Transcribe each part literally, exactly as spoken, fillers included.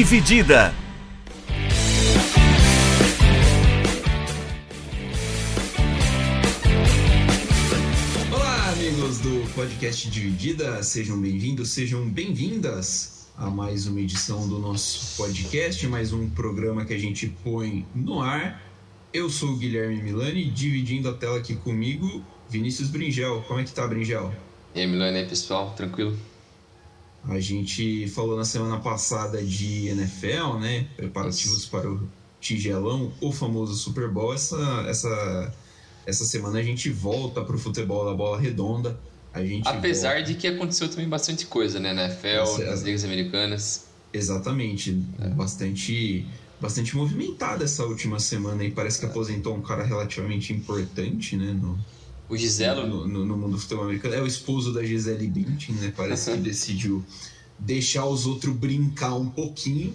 Dividida. Olá, amigos do podcast Dividida, sejam bem-vindos, sejam bem-vindas a mais uma edição do nosso podcast, mais um programa que a gente põe no ar. Eu sou o Guilherme Milani, dividindo a tela aqui comigo, Vinícius Bringel. Como é que tá, Bringel? E aí, Milani, aí, pessoal, tranquilo? A gente falou na semana passada de N F L, né? Preparativos Isso. para o Tigelão, o famoso Super Bowl. Essa, essa, essa semana a gente volta para o futebol da bola redonda. A gente Apesar volta... de que aconteceu também bastante coisa, né? Na N F L, Essa, nas ligas americanas. Exatamente. É. Bastante, bastante movimentada essa última semana e parece que aposentou um cara relativamente importante, né? No... O Giselo? No, no, no mundo do futebol americano. É o esposo da Gisele Bündchen, né? Parece que decidiu deixar os outros brincar um pouquinho.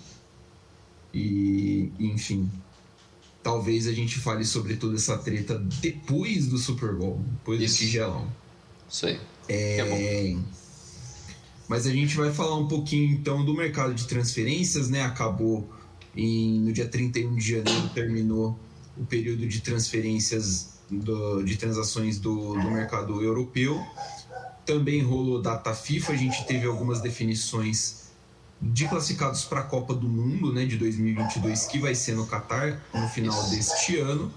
E, enfim, talvez a gente fale sobre toda essa treta depois do Super Bowl, depois Isso. do Tigelão. Isso aí. É... é bom. Mas a gente vai falar um pouquinho, então, do mercado de transferências, né? Acabou em, no dia trinta e um de janeiro, terminou o período de transferências... Do, de transações do, do mercado europeu. Também rolou data FIFA, a gente teve algumas definições de classificados para a Copa do Mundo, né, de dois mil e vinte e dois, que vai ser no Catar no final deste ano.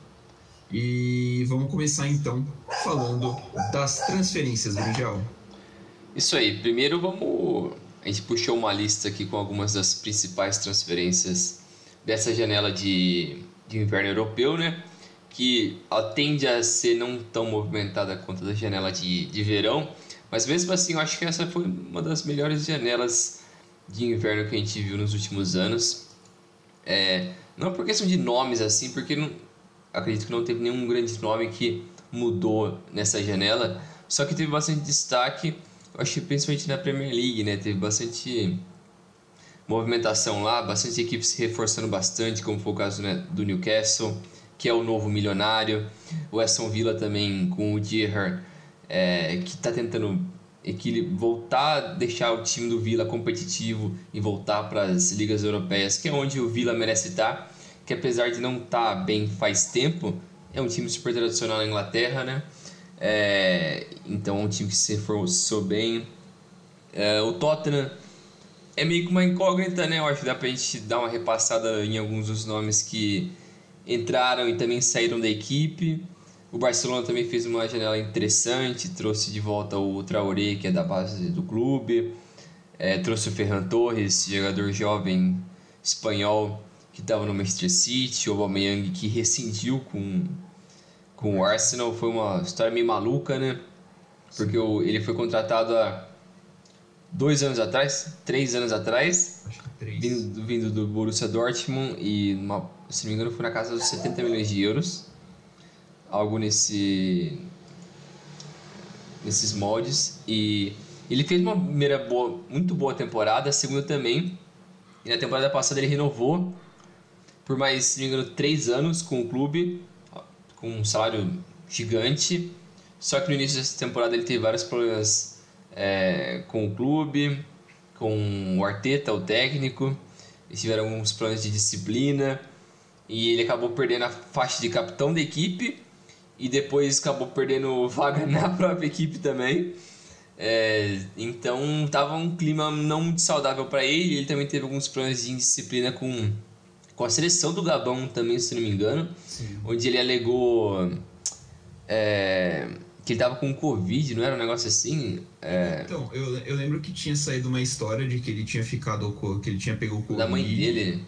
E vamos começar então falando das transferências, Bringel. Isso aí, primeiro vamos... A gente puxou uma lista aqui com algumas das principais transferências dessa janela de, de inverno europeu, né? Que ela tende a ser não tão movimentada quanto a da janela de, de verão, mas mesmo assim eu acho que essa foi uma das melhores janelas de inverno que a gente viu nos últimos anos. É, não por questão de nomes assim, porque não, acredito que não teve nenhum grande nome que mudou nessa janela, só que teve bastante destaque, eu acho que principalmente na Premier League, né? Teve bastante movimentação lá, bastante equipes se reforçando bastante, como foi o caso, né, do Newcastle, que é o novo milionário, o Aston Villa também com o Gerrard, é, que está tentando voltar a deixar o time do Villa competitivo e voltar para as ligas europeias, que é onde o Villa merece estar, que apesar de não estar bem faz tempo, é um time super tradicional na Inglaterra, né? É, então é um time que se reforçou bem. É, o Tottenham é meio que uma incógnita, né? Eu acho que dá para a gente dar uma repassada em alguns dos nomes que entraram e também saíram da equipe. O Barcelona também fez uma janela interessante, trouxe de volta o Traoré, que é da base do clube, é, trouxe o Ferran Torres, jogador jovem espanhol que estava no Manchester City, o Aubameyang, que rescindiu com, com o Arsenal. Foi uma história meio maluca, né? Porque o, ele foi contratado há dois anos atrás, três anos atrás, vindo, vindo do Borussia Dortmund, e uma, se não me engano foi na casa dos setenta milhões de euros, algo nesse, nesses moldes. E ele fez uma primeira boa, muito boa temporada, a segunda também, e na temporada passada ele renovou por mais, se não me engano, três anos com o clube, com um salário gigante, só que no início dessa temporada ele teve vários problemas É, com o clube, com o Arteta, o técnico. Eles tiveram alguns problemas de disciplina e ele acabou perdendo a faixa de capitão da equipe e depois acabou perdendo vaga na própria equipe também. É, então estava um clima não muito saudável para ele. Ele também teve alguns problemas de indisciplina com, com a seleção do Gabão também, se não me engano. Sim. Onde ele alegou é, que ele tava com Covid, não era um negócio assim? É... Então, eu, eu lembro que tinha saído uma história de que ele tinha ficado, que ele tinha pegado o Covid. Da mãe dele.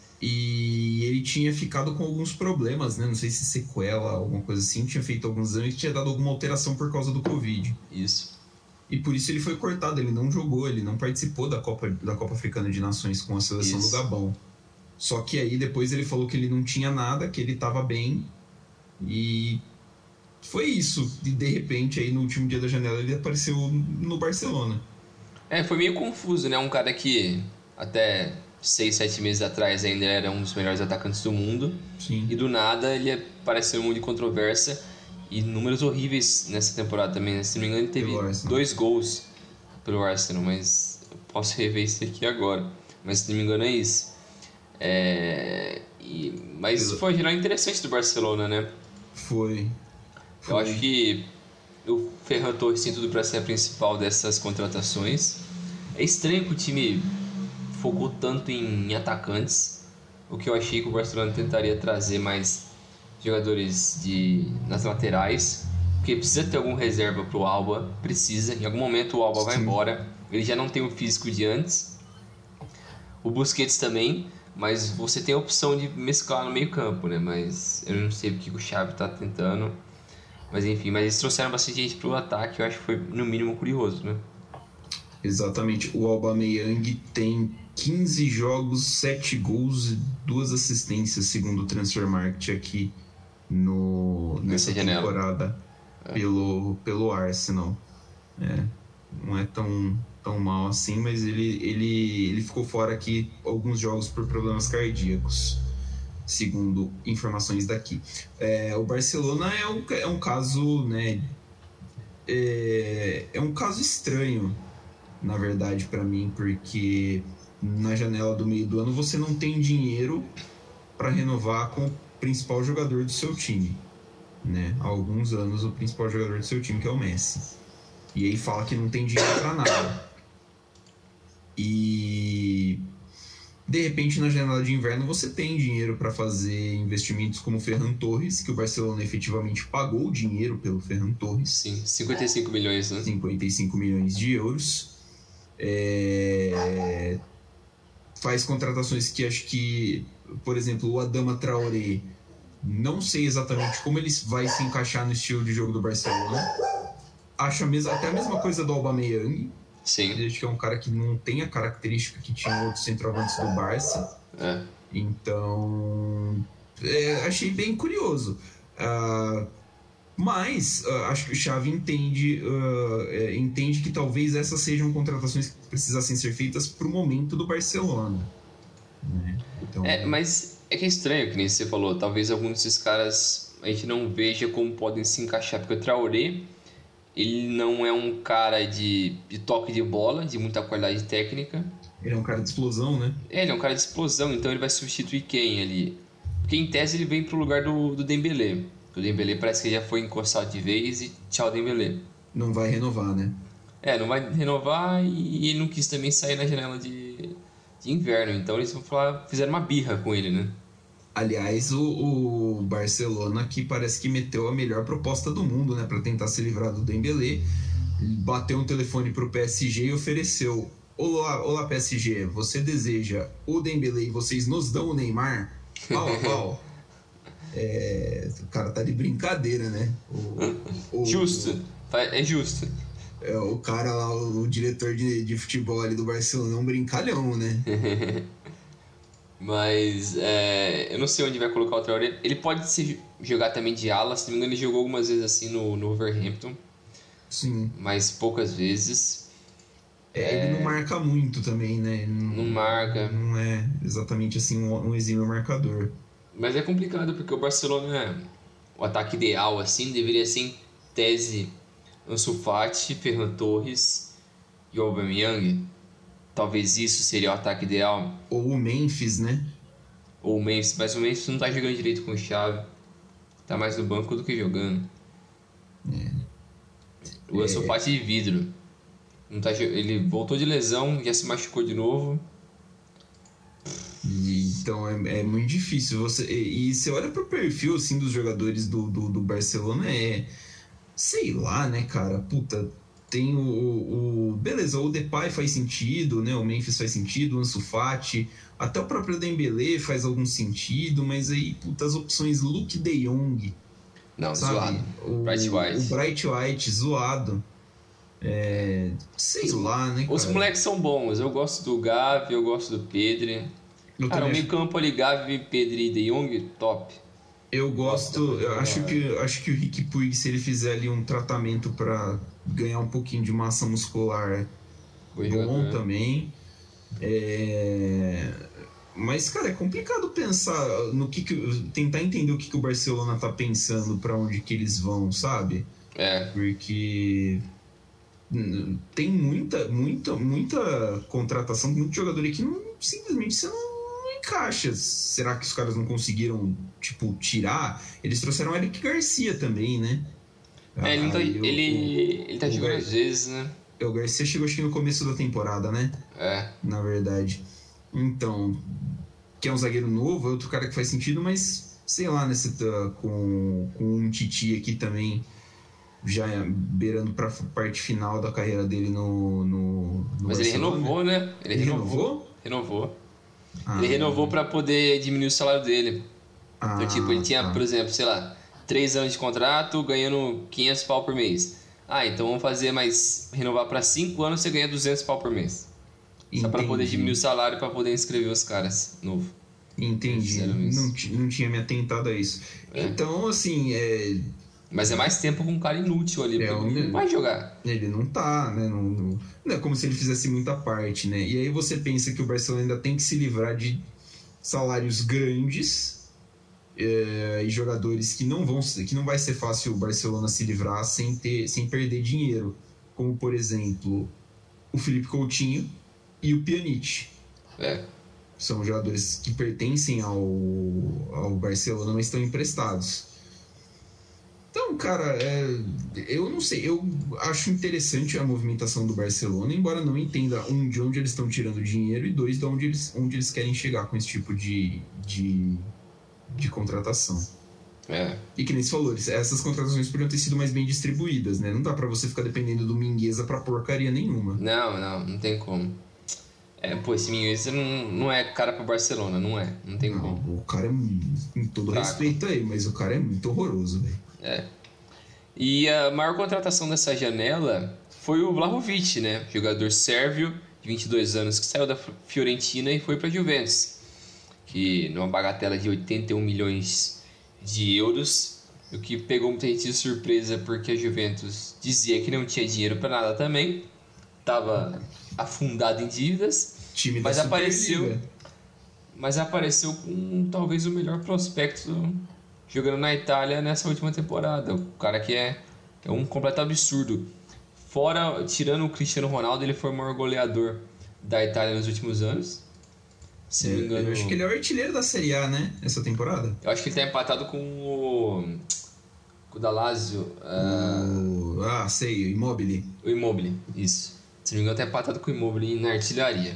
E ele tinha ficado com alguns problemas, né? Não sei se sequela, alguma coisa assim. Tinha feito alguns exames que tinha dado alguma alteração por causa do Covid. Isso. E por isso ele foi cortado, ele não jogou, ele não participou da Copa, da Copa Africana de Nações com a seleção isso. do Gabão. Só que aí depois ele falou que ele não tinha nada, que ele tava bem e... Foi isso, e de repente aí no último dia da janela ele apareceu no Barcelona. É, foi meio confuso, né? Um cara que até seis, sete meses atrás ainda era um dos melhores atacantes do mundo. Sim. E do nada ele apareceu no mundo de controvérsia e números horríveis nessa temporada também. Se não me engano ele teve dois gols pelo Arsenal, mas eu posso rever isso aqui agora. mas se não me engano é isso. É, e, mas foi uma janela interessante do Barcelona, né? Foi. foi. Eu acho que o Ferran Torres tem tudo para ser a principal dessas contratações. É estranho que o time focou tanto em atacantes, o que eu achei que o Barcelona tentaria trazer mais jogadores de, nas laterais, porque precisa ter algum reserva para o Alba, precisa, em algum momento o Alba vai embora, ele já não tem o físico de antes, o Busquets também, mas você tem a opção de mesclar no meio campo, né? Mas eu não sei o que o Xavi está tentando, mas enfim, mas eles trouxeram bastante gente para o ataque, eu acho que foi no mínimo curioso, né? Exatamente, o Aubameyang tem quinze jogos, sete gols e duas assistências, segundo o Transfermarkt aqui no, nessa temporada é. pelo, pelo Arsenal. É, não é tão, tão mal assim, mas ele, ele, ele ficou fora aqui alguns jogos por problemas cardíacos, segundo informações daqui. É, o Barcelona é um, é um caso, né, é, é um caso estranho, na verdade, para mim, porque na janela do meio do ano você não tem dinheiro para renovar com o principal jogador do seu time, né? Há alguns anos o principal jogador do seu time, que é o Messi, e aí fala que não tem dinheiro para nada, e de repente na janela de inverno você tem dinheiro para fazer investimentos como o Ferran Torres, que o Barcelona efetivamente pagou o dinheiro pelo Ferran Torres. Sim, cinquenta e cinco milhões, né? cinquenta e cinco milhões de euros. É... Faz contratações que acho que, por exemplo, o Adama Traoré, não sei exatamente como ele vai se encaixar no estilo de jogo do Barcelona. Acho a mesma, até a mesma coisa do Aubameyang. Sim. Acho que é um cara que não tem a característica que tinha outros centroavantes do Barça. É. Então, é, achei bem curioso. Uh, mas uh, acho que o Xavi entende, uh, é, entende que talvez essas sejam contratações que precisassem ser feitas para o momento do Barcelona. Né? Então, é, mas é que é estranho, que nem você falou. Talvez alguns desses caras a gente não veja como podem se encaixar. Porque o Traoré, ele não é um cara de, de toque de bola, de muita qualidade técnica. Ele é um cara de explosão, né? É, ele é um cara de explosão, então ele vai substituir quem ali? Porque em tese ele vem pro lugar do, do Dembélé. O Dembélé parece que já foi encostado de vez e tchau Dembélé. Não vai renovar, né? É, não vai renovar e ele não quis também sair na janela de, de inverno. Então eles vão falar, fizeram uma birra com ele, né? Aliás, o, o Barcelona que parece que meteu a melhor proposta do mundo, né? Pra tentar se livrar do Dembélé. Bateu um telefone pro P S G e ofereceu: Olá, olá P S G, você deseja o Dembélé e vocês nos dão o Neymar? Pau a pau. É, o cara tá de brincadeira, né? O, o, justo, é justo. É, o cara lá, o, o diretor de, de futebol ali do Barcelona, é um brincalhão, né? Mas é, eu não sei onde vai colocar o Traoré. Ele pode se jogar também de ala, se não me engano ele jogou algumas vezes assim no, no Wolverhampton. Sim. Mas poucas vezes. É, é... Ele não marca muito também, né? Não, não marca. Não é exatamente assim um, um exímio marcador. Mas é complicado porque o Barcelona, o ataque ideal assim, deveria ser em tese Ansu Fati, Ferran Torres e Aubameyang. Talvez isso seria o ataque ideal. Ou o Memphis, né? Ou o Memphis, mas o Memphis não tá jogando direito com o Xavi. Tá mais no banco do que jogando. É. O Ansu Fati de vidro. Não tá, ele voltou de lesão, já se machucou de novo. Então é, é muito difícil. Você, e, e você olha pro perfil assim, dos jogadores do, do, do Barcelona, é... Sei lá, né, cara? Puta, tem o, o... Beleza, o Depay faz sentido, né? O Memphis faz sentido, o Ansu Fati, até o próprio Dembélé faz algum sentido, mas aí, puta, as opções Luke de Jong... Não, sabe? zoado. O Bright White. O Bright White, zoado. É... Sei os, lá, né, cara? Os moleques são bons. Eu gosto do Gavi, eu gosto do Pedri. Eu cara, o meio campo ali, Gavi, Pedri e De Jong, top. Eu gosto, eu acho que, acho que o Riqui Puig, se ele fizer ali um tratamento para ganhar um pouquinho de massa muscular, Foi bom jogador. também. É... Mas, cara, é complicado pensar no que, que tentar entender o que, que o Barcelona tá pensando, para onde que eles vão, sabe? É. Porque tem muita, muita, muita contratação, muito jogador aí que não simplesmente você não, não encaixa. Será que os caras não conseguiram, tipo, tirar? Eles trouxeram o Eric Garcia também, né? É, ele, não tá, Aí, o- ele, o- ele tá o jogando Gar- às vezes, né? o Garcia chegou acho que no começo da temporada, né? É. Na verdade. Então, que é um zagueiro novo, é outro cara que faz sentido, mas sei lá, né? Você tá com, com um Titi aqui também, já beirando pra parte final da carreira dele no, no, no Mas ele Barcelona. renovou, né? Ele, Ele renovou. renovou? Renovou. Ah, Ele renovou pra poder diminuir o salário dele. ah, Então, tipo, ele tinha, tá. por exemplo, sei lá, três anos de contrato, ganhando quinhentos pau por mês. Ah, então vamos fazer mais... Renovar pra cinco anos, você ganha duzentos pau por mês. Só pra poder Entendi. diminuir o salário, pra poder inscrever os caras novo. Entendi. Fizeram isso. Não, ti- não tinha me atentado a isso. É. Então, assim, é, Mas é mais tempo com um cara inútil ali, É, porque ele um- não vai jogar. ele não tá, né? Não, não, não é como se ele fizesse muita parte, né? E aí você pensa que o Barcelona ainda tem que se livrar de salários grandes é, e jogadores que não vão ser- que não vai ser fácil o Barcelona se livrar sem ter, sem perder dinheiro, como por exemplo o Felipe Coutinho e o Pjanic. É. São jogadores que pertencem ao, ao Barcelona, mas estão emprestados. Então, cara, é, eu não sei, eu acho interessante a movimentação do Barcelona, embora não entenda, um, de onde eles estão tirando dinheiro e dois, de onde eles, onde eles querem chegar com esse tipo de, de, de contratação. É. E que nem você falou, eles- essas contratações podiam ter sido mais bem distribuídas, né? Não dá pra você ficar dependendo do Mingueza pra porcaria nenhuma. Não, não, não tem como. É, pô, esse Minguez não, não é cara pro Barcelona, não é. Não tem Não, como. o cara é, muito- com todo Fraco. respeito aí, mas o cara é muito horroroso, velho. É. E a maior contratação dessa janela foi o Vlahovic, né? Jogador sérvio de vinte e dois anos que saiu da Fiorentina e foi para Juventus, que numa bagatela de oitenta e um milhões de euros, o que pegou muita gente de surpresa porque a Juventus dizia que não tinha dinheiro para nada também, estava afundado em dívidas, Time mas da apareceu, Superliga. mas apareceu com talvez o melhor prospecto jogando na Itália nessa última temporada. O cara que é, é um completo absurdo. Fora, tirando o Cristiano Ronaldo, ele foi o maior goleador da Itália nos últimos anos. Se não me engano, Eu acho que ele é o artilheiro da Série A, né? Essa temporada. eu acho que ele tá empatado com o, com o da Lazio, ah, O- Ah, sei, o Immobile. o Immobile, isso. Se não me engano, tá empatado com o Immobile na artilharia.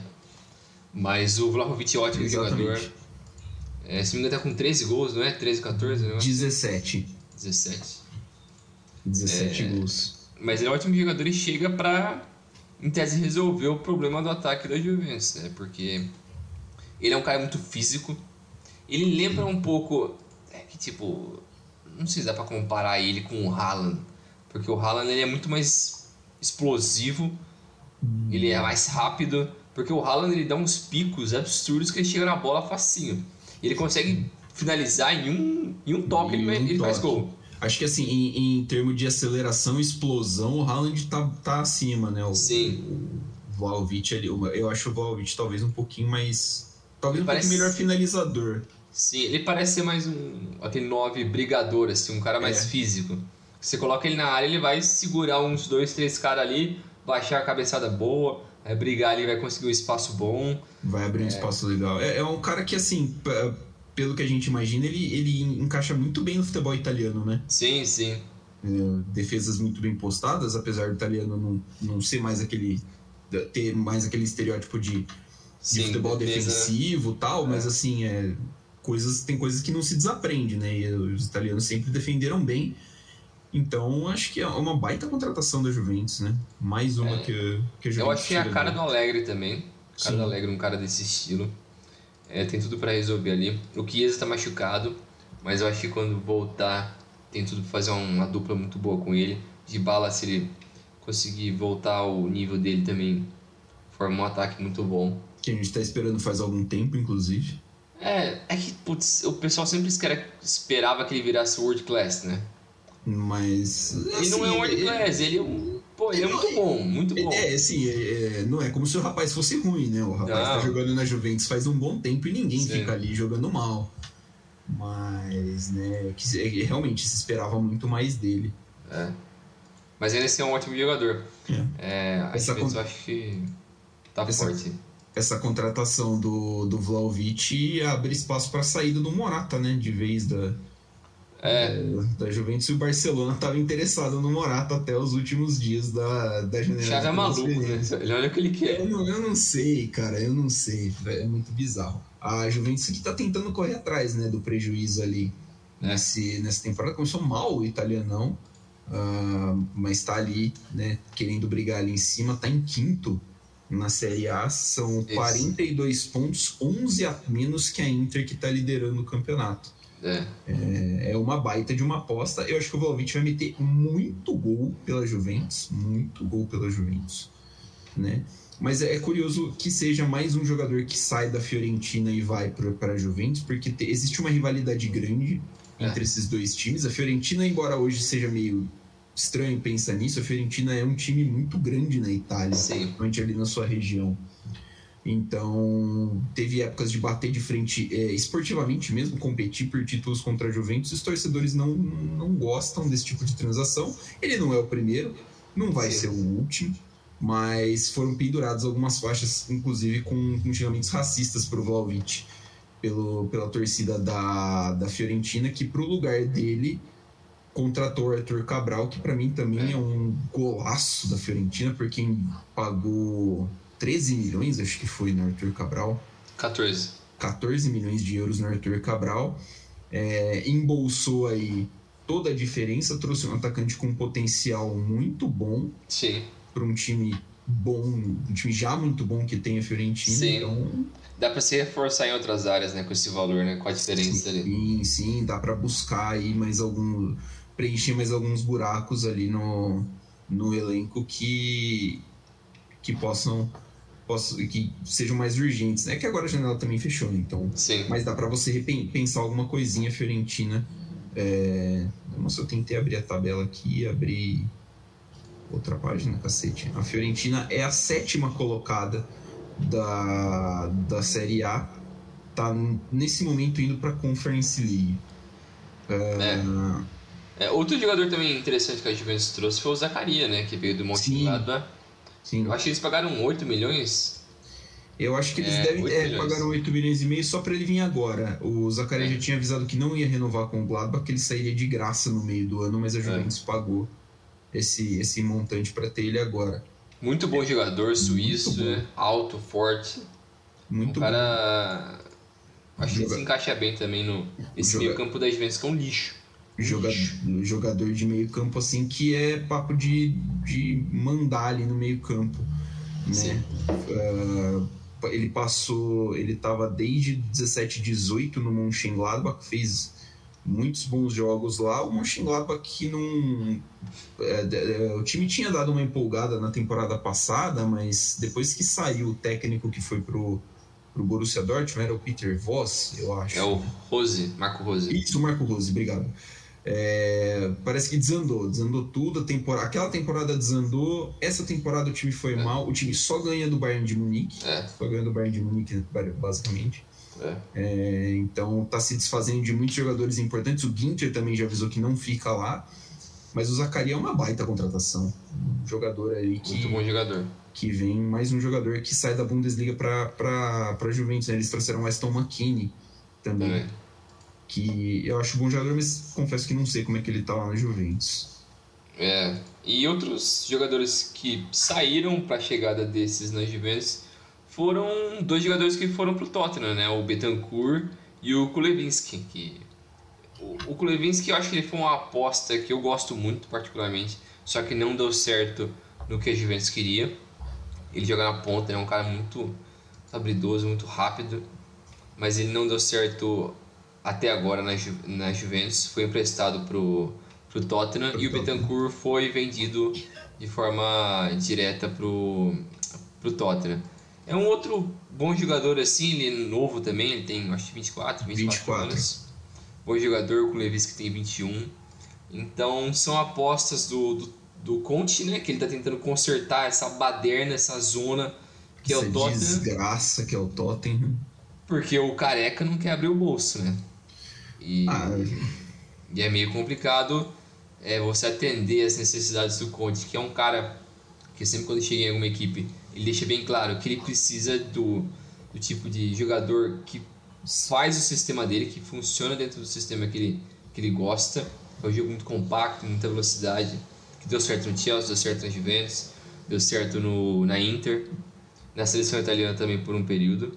Mas o Vlahovic é ótimo Exatamente. jogador. É, se não me engano, tá com treze gols, não é? treze, catorze, não é? dezessete. dezessete. dezessete É. gols. Mas ele é um ótimo jogador e chega pra, em tese, resolver o problema do ataque da Juventus, né? Porque ele é um cara muito físico. Ele lembra um pouco... É que, tipo... Não sei se dá pra comparar ele com o Haaland. Porque o Haaland ele é muito mais explosivo. Ele é mais rápido. Porque o Haaland ele dá uns picos absurdos que ele chega na bola facinho. Ele consegue finalizar em um, em um toque, ele, Em um ele faz toque. gol. Acho que assim, em, em termos de aceleração e explosão, o Haaland tá, tá acima, né? O, Sim. O Vlahovic ali. Eu acho o Vlahovic talvez um pouquinho mais. Talvez Ele um parece- pouquinho melhor finalizador. Sim, ele parece ser mais um... Aquele nove brigador, assim, um cara mais É. físico. Você coloca ele na área, ele vai segurar uns dois, três caras ali, baixar a cabeçada boa, vai brigar ali, vai conseguir um espaço bom. Vai abrir um espaço legal. É, é um cara que, assim, p- pelo que a gente imagina, ele, ele encaixa muito bem no futebol italiano, né? Sim, sim. É, defesas muito bem postadas, apesar do italiano não, não ser mais aquele. Ter mais aquele estereótipo de, de Sim, futebol defesa, né? defensivo e tal, mas É. assim, é, coisas, tem coisas que não se desaprende, né? E os italianos sempre defenderam bem. Então, acho que é uma baita contratação da Juventus, né? Mais uma É. que, que a Juventus Eu acho que é a tira cara do- do Alegre também. A cara Sim. do Alegre, um cara desse estilo. É, tem tudo pra resolver ali. O Chiesa tá machucado, mas eu acho que quando voltar, tem tudo pra fazer uma dupla muito boa com ele. De bala, se ele conseguir voltar ao nível dele também, forma um ataque muito bom. Que a gente tá esperando faz algum tempo, inclusive. É, é que, putz, o pessoal sempre espera- esperava que ele virasse world class, né? Mas. Ele assim, não é um world ele- class, ele é um... Pô, ele é ele muito não- bom, muito bom. É, assim, é, é, não é como se o rapaz fosse ruim, né? O rapaz Não. tá jogando na Juventus faz um bom tempo e ninguém Sim. fica ali jogando mal. Mas, né, que se- é, realmente se esperava muito mais dele. É. Mas ele é um ótimo jogador. É. É, a Essa Juventus con- eu acho que tá Essa- forte. essa contratação do, do Vlahovic abre espaço para a saída do Morata, né? De vez da, é. da, da Juventus. E o Barcelona estava interessado no Morata até os últimos dias da, da janela. O Thiago é maluco, né? Ele olha o que ele quer. Eu não, eu não sei, cara, eu não sei. É muito bizarro. A Juventus que tá tentando correr atrás, né, do prejuízo ali é. nesse, nessa temporada. Começou mal o italianão, uh, mas tá ali, né, querendo brigar ali em cima. Tá em quinto na Série A. São Esse. quarenta e dois pontos, onze a menos que a Inter, que tá liderando o campeonato. É. É, é uma baita de uma aposta. Eu acho que o Vlahovic vai meter muito gol pela Juventus. Muito gol pela Juventus, né? Mas é curioso que seja mais um jogador que sai da Fiorentina e vai para a Juventus, porque te, existe uma rivalidade grande é. entre esses dois times. A Fiorentina, embora hoje seja meio estranho pensar nisso, a Fiorentina é um time muito grande na Itália, principalmente ali na sua região. Então, teve épocas de bater de frente é, esportivamente mesmo, competir por títulos contra a Juventus. Os torcedores não, não gostam desse tipo de transação. Ele não é o primeiro, não vai Sim. ser o último. Mas foram penduradas algumas faixas, inclusive com, com xingamentos racistas para o Vlahovic, pelo, pela torcida da, da Fiorentina, que para o lugar dele contratou o Arthur Cabral, que para mim também é. é um golaço da Fiorentina, por quem pagou treze milhões, acho que foi, no Arthur Cabral. catorze. catorze milhões de euros no Arthur Cabral. É, embolsou aí toda a diferença, trouxe um atacante com potencial muito bom. Sim. Para um time bom, um time já muito bom que tem a Fiorentina. Sim. Então... Dá para se reforçar em outras áreas, né, com esse valor, né, com a diferença sim, ali. Sim, sim, dá para buscar aí mais algum, preencher mais alguns buracos ali no, no elenco que, que possam, possam, que sejam mais urgentes, né? Que agora a janela também fechou, então. Sim. Mas dá para você repensar alguma coisinha, Fiorentina. É... Nossa, eu tentei abrir a tabela aqui e abrir outra página, cacete. A Fiorentina é a sétima colocada da, da Série A. Tá nesse momento indo para a Conference League. Uh... É. É, outro jogador também interessante que a Juventus trouxe foi o Zaccaria, né? Que veio do Mönchengladbach. Sim. Eu acho que eles pagaram oito milhões. Eu acho que eles é, devem é, pagaram oito milhões e meio só para ele vir agora. O Zaccaria é. já tinha avisado que não ia renovar com o Gladbach, que ele sairia de graça no meio do ano, mas a Juventus é. pagou esse, esse montante para ter ele agora. Muito bom jogador, suíço, né? Alto, forte. Muito um cara... bom. Acho que ele se encaixa bem também no esse Joga... meio campo da Juventus, que é um lixo. Joga... lixo. Jogador de meio campo assim, que é papo de, de mandar ali no meio campo, né? Uh, ele passou... Ele estava desde dezessete, dezoito no Mönchengladbach, fez muitos bons jogos lá. O Mönchengladbach que não... É, é, o time tinha dado uma empolgada na temporada passada, mas depois que saiu o técnico que foi pro, pro Borussia Dortmund, era o Peter Voss, eu acho. É o Rose, Marco Rose. Isso, Marco Rose, obrigado. É, parece que desandou, desandou tudo. A temporada, aquela temporada desandou, essa temporada o time foi é. mal. O time só ganha do Bayern de Munique, é. só ganha do Bayern de Munique, basicamente. É. É, então tá se desfazendo de muitos jogadores importantes. O Ginter também já avisou que não fica lá. Mas o Zaccaria é uma baita contratação. Um jogador aí que... Muito bom jogador. Que vem, mais um jogador que sai da Bundesliga para a Juventus. Né? Eles trouxeram o Aston McKinney também. É. Que eu acho bom jogador, mas confesso que não sei como é que ele tá lá na Juventus. É. E outros jogadores que saíram para a chegada desses na Juventus foram dois jogadores que foram pro Tottenham, né? O Bentancur e o Kulevinski, que... O Kulevinski, eu acho que ele foi uma aposta que eu gosto muito, particularmente, só que não deu certo no que a Juventus queria. Ele joga na ponta, ele é um cara muito habilidoso, muito rápido, mas ele não deu certo até agora na, Ju- na Juventus. Foi emprestado pro, pro Tottenham pro e Tottenham. O Bentancur foi vendido de forma direta pro, pro Tottenham. É um outro bom jogador assim, ele é novo também, ele tem acho que vinte e quatro, vinte e quatro, vinte e quatro anos. Bom jogador, com o Levis que tem vinte e um. Então são apostas do, do, do Conte, né? Que ele tá tentando consertar essa baderna, essa zona que essa é o Tottenham. Desgraça que é o Tottenham. Porque o Careca não quer abrir o bolso, né? E, ah. e é meio complicado é, você atender as necessidades do Conte, que é um cara que Porque sempre quando chega em alguma equipe, ele deixa bem claro que ele precisa do, do tipo de jogador que faz o sistema dele, que funciona dentro do sistema que ele, que ele gosta. É um jogo muito compacto, muita velocidade, que deu certo no Chelsea, deu certo na Juventus, deu certo no, na Inter, na seleção italiana também por um período.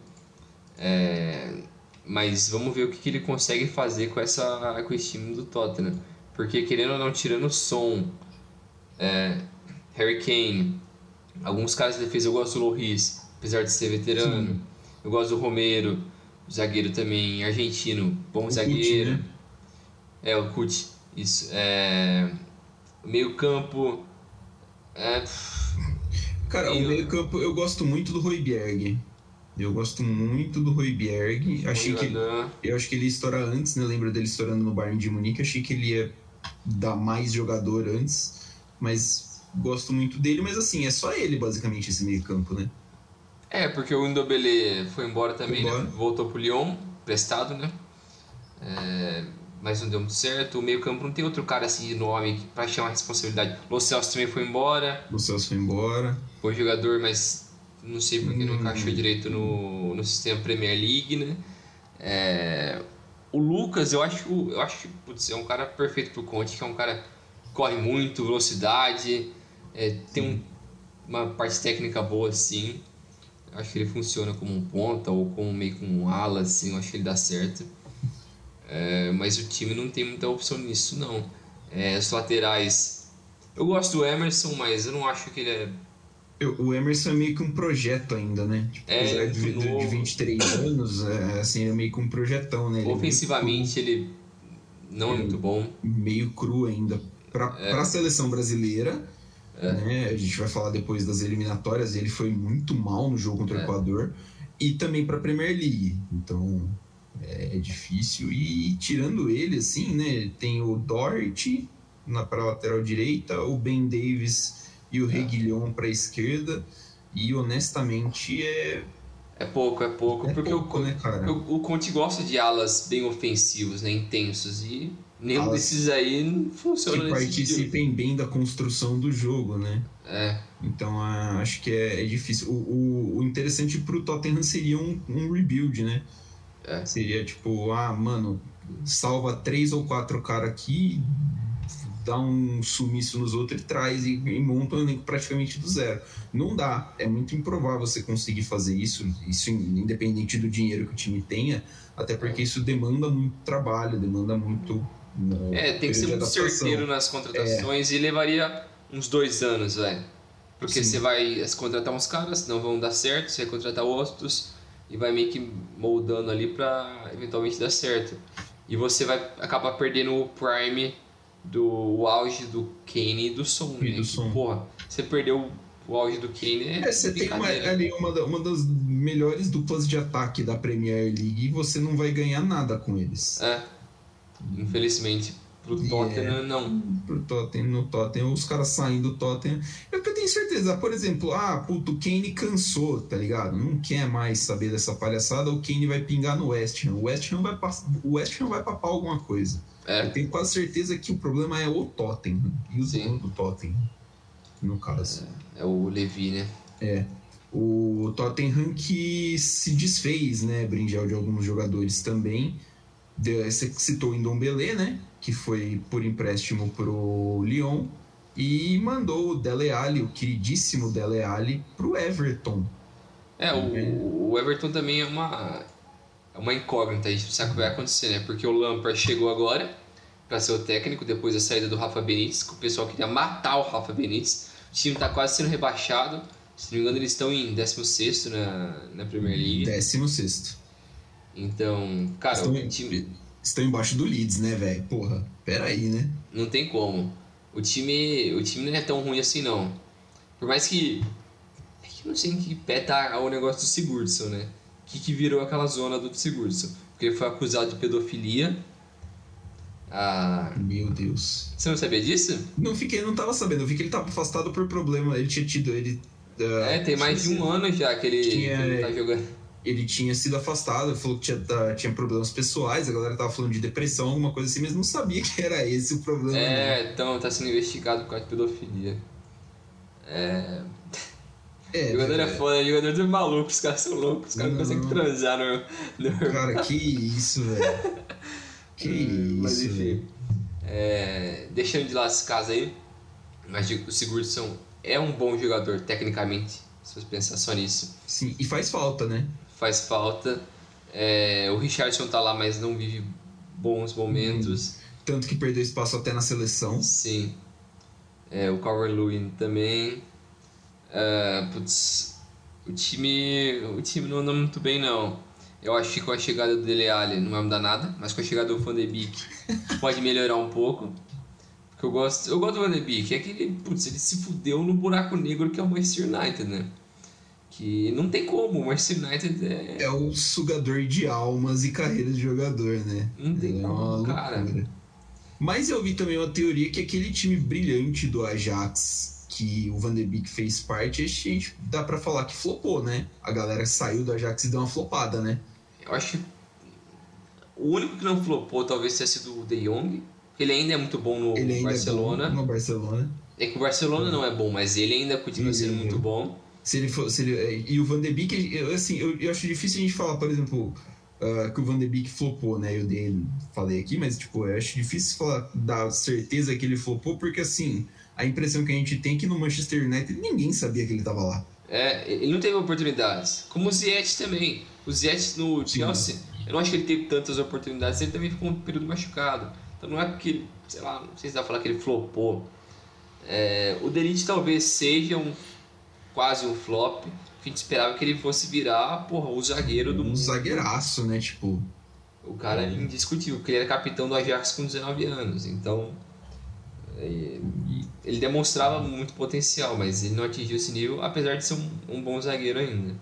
É, mas vamos ver o que, que ele consegue fazer com, essa, com esse time do Tottenham. Porque querendo ou não, tirando o Son, é, Harry Kane, alguns caras de defesa, eu gosto do Lloris, apesar de ser veterano. Sim. Eu gosto do Romero, zagueiro também, argentino, bom o zagueiro. Cuti, né? É, o Cuti, isso. É, meio campo... É, Cara, meio... o meio campo eu gosto muito do Højbjerg. Eu gosto muito do Højbjerg. Achei que ele, eu acho que ele ia estourar antes, né? Lembro dele estourando no Bayern de Munique. Achei que ele ia dar mais jogador antes, mas gosto muito dele. Mas assim, é só ele basicamente esse meio campo, né? É, porque o Ndombele foi embora também, foi embora. Né? Voltou pro Lyon, prestado, né? É, mas não deu muito certo. O meio campo não tem outro cara assim de nome pra chamar a responsabilidade. Lo Celso também foi embora. Lo Celso foi embora. Bom jogador, mas não sei porque hum. não encaixou direito no, no sistema Premier League, né? É, o Lucas, eu acho, eu acho que putz, é um cara perfeito pro Conte, que é um cara que corre muito, velocidade, é, tem um, uma parte técnica boa, assim. Eu acho que ele funciona como um ponta ou como meio com um ala, assim, eu acho que ele dá certo. É, mas o time não tem muita opção nisso, não. É, os laterais... Eu gosto do Emerson, mas eu não acho que ele é... Eu, o Emerson é meio que um projeto ainda, né? Tipo, é, apesar de, de, de vinte e três anos, é, assim, é meio que um projetão, né? Ele ofensivamente, é muito, ele não é muito bom. Meio cru ainda. Pra, é. pra seleção brasileira, é. né? A gente vai falar depois das eliminatórias, ele foi muito mal no jogo contra é. o Equador. E também pra Premier League. Então... É difícil. E tirando ele, assim, né? Tem o Doherty na pra lateral direita, o Ben Davis e o Reguilhon para a esquerda. E honestamente é. É pouco, é pouco. É porque pouco, o, né, cara? O, o Conte gosta de alas bem ofensivos, né? Intensos. E nenhum alas desses aí não funciona que nesse participem bem da construção do jogo, né? É. Então acho que é, é difícil. O, o, o interessante pro Tottenham seria um, um rebuild, né? É. Seria tipo, ah, mano, salva três ou quatro caras aqui, dá um sumiço nos outros e traz e, e monta um elenco praticamente do zero. Não dá, é muito improvável você conseguir fazer isso, isso independente do dinheiro que o time tenha, até porque isso demanda muito trabalho, demanda muito... É, tem que ser muito certeiro nas contratações é. E levaria uns dois anos, velho. Porque Sim. você vai contratar uns caras, não vão dar certo, você vai contratar outros... E vai meio que moldando ali pra eventualmente dar certo. E você vai acabar perdendo o prime do o auge do Kane e do Son, e né? Do que, Son. Porra, você perdeu o auge do Kane. É, é você tem uma, ali uma, uma das melhores duplas de ataque da Premier League e você não vai ganhar nada com eles. É. Infelizmente. Pro Tottenham, é, não. Pro Tottenham, no Tottenham, os caras saem do Tottenham. É que eu tenho certeza, por exemplo, ah, puto, o Kane cansou, tá ligado? Não quer mais saber dessa palhaçada, o Kane vai pingar no West Ham. O West Ham vai, o West Ham vai papar alguma coisa. É. Eu tenho quase certeza que o problema é o Tottenham. E o dono do Tottenham, no caso. É, é o Levi, né? É. O Tottenham que se desfez, né, Brinjal, de alguns jogadores também. Você citou o Ndombele, né? Que foi por empréstimo pro Lyon e mandou o Dele Alli, o queridíssimo Dele Alli, pro Everton. É, o, o Everton também é uma, é uma incógnita, a gente não sabe o que vai acontecer, né? Porque o Lampard chegou agora para ser o técnico depois da saída do Rafa Benítez, que o pessoal queria matar o Rafa Benítez. O time tá quase sendo rebaixado, se não me engano eles estão em décimo sexto na, na Premier League. décimo sexto. Então, cara, estão, o time... estão embaixo do Leeds, né, velho? Porra, peraí, né? Não tem como. O time, o time não é tão ruim assim, não. Por mais que... É que eu não sei em que pé tá o negócio do Sigurdsson, né? O que, que virou aquela zona do Sigurdsson? Porque ele foi acusado de pedofilia. Ah... Meu Deus. Você não sabia disso? Não fiquei, não tava sabendo. Eu vi que ele tava afastado por problema. Ele tinha tido... Ele, uh, é, tem mais de um ano já que ele, tinha... que ele tá jogando. Ele tinha sido afastado, ele falou que tinha, tinha problemas pessoais, a galera tava falando de depressão, alguma coisa assim, mas não sabia que era esse o problema. É, não. Então tá sendo investigado por causa de pedofilia. É... É, jogador é, é foda, jogador é maluco, os caras são loucos, os caras não conseguem transar no, no... Cara, que isso, velho. Que isso, mas enfim, velho. É... deixando de lá esse caso aí, mas o Sigurdsson é um bom jogador tecnicamente, se você pensar só nisso. Sim, e faz falta, né? Faz falta. É... o Richarlison tá lá, mas não vive bons momentos. Hum, tanto que perdeu espaço até na seleção. Sim. É, o Calvert-Lewin também. Uh, putz, o time, o time não anda muito bem, não. Eu acho que com a chegada do Dele Alli não vai mudar nada, mas com a chegada do Van de Beek pode melhorar um pouco. Porque eu gosto, eu gosto do Van de Beek, é que ele, putz, ele se fudeu no buraco negro que é o Manchester United, né? Que não tem como, o Manchester United é... É o sugador de almas e carreiras de jogador, né? Não tem é como, cara. Mas eu vi também uma teoria que aquele time brilhante do Ajax, que o Van de Beek fez parte, a gente dá pra falar que flopou, né? A galera saiu do Ajax e deu uma flopada, né? Eu acho que o único que não flopou talvez tenha sido o De Jong. Ele ainda é muito bom no ele Barcelona. É bom no Barcelona. É que o Barcelona não é bom, mas ele ainda continua sendo ele, muito bom. Se ele for, se ele, e o Van de Beek, eu, assim, eu, eu acho difícil a gente falar, por exemplo, uh, que o Van de Beek flopou, né? Eu dei, falei aqui, mas tipo, eu acho difícil falar, dar certeza que ele flopou, porque assim, a impressão que a gente tem é que no Manchester United ninguém sabia que ele estava lá. É, ele não teve oportunidades. Como o Ziyech também. O Ziyech no Chelsea, eu não acho que ele teve tantas oportunidades, ele também ficou um período machucado. Então não é porque, sei lá, não sei se dá pra falar que ele flopou. É, o De Ligt talvez seja um, quase um flop. A gente esperava que ele fosse virar, porra, o zagueiro do um mundo. Um zagueiraço, né? Tipo... O cara é indiscutível, porque ele era capitão do Ajax com dezenove anos, então... ele demonstrava muito potencial, mas ele não atingiu esse nível, apesar de ser um, um bom zagueiro ainda.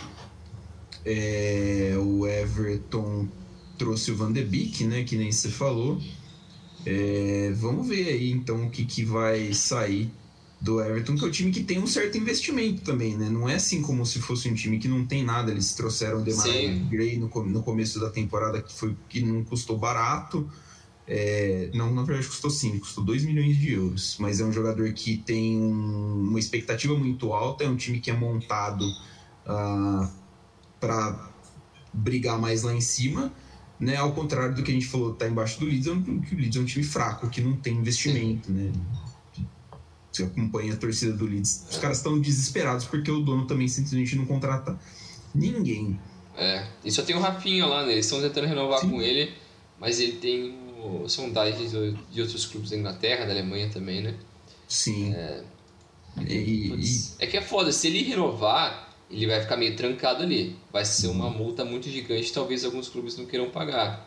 É, o Everton trouxe o Van de Beek, né, que nem você falou. É, vamos ver aí então o que, que vai sair do Everton, que é um time que tem um certo investimento também, né? Não é assim como se fosse um time que não tem nada. Eles trouxeram o Demarai Gray no, no começo da temporada, que, foi, que não custou barato. É, não, na verdade custou sim, custou dois milhões de euros, mas é um jogador que tem um, uma expectativa muito alta, é um time que é montado uh, para brigar mais lá em cima, né? Ao contrário do que a gente falou, tá embaixo do Leeds, é um, que o Leeds é um time fraco, que não tem investimento, sim, né? Você acompanha a torcida do Leeds, os caras estão desesperados porque o dono também simplesmente não contrata ninguém. É, e só tem o Rafinha lá, né? Eles estão tentando renovar sim. com ele, mas ele tem sondagens de outros clubes da Inglaterra, da Alemanha também, né? Sim. É, e, putz, e... é que é foda, se ele renovar, ele vai ficar meio trancado ali. Vai ser uma multa muito gigante, talvez alguns clubes não queiram pagar.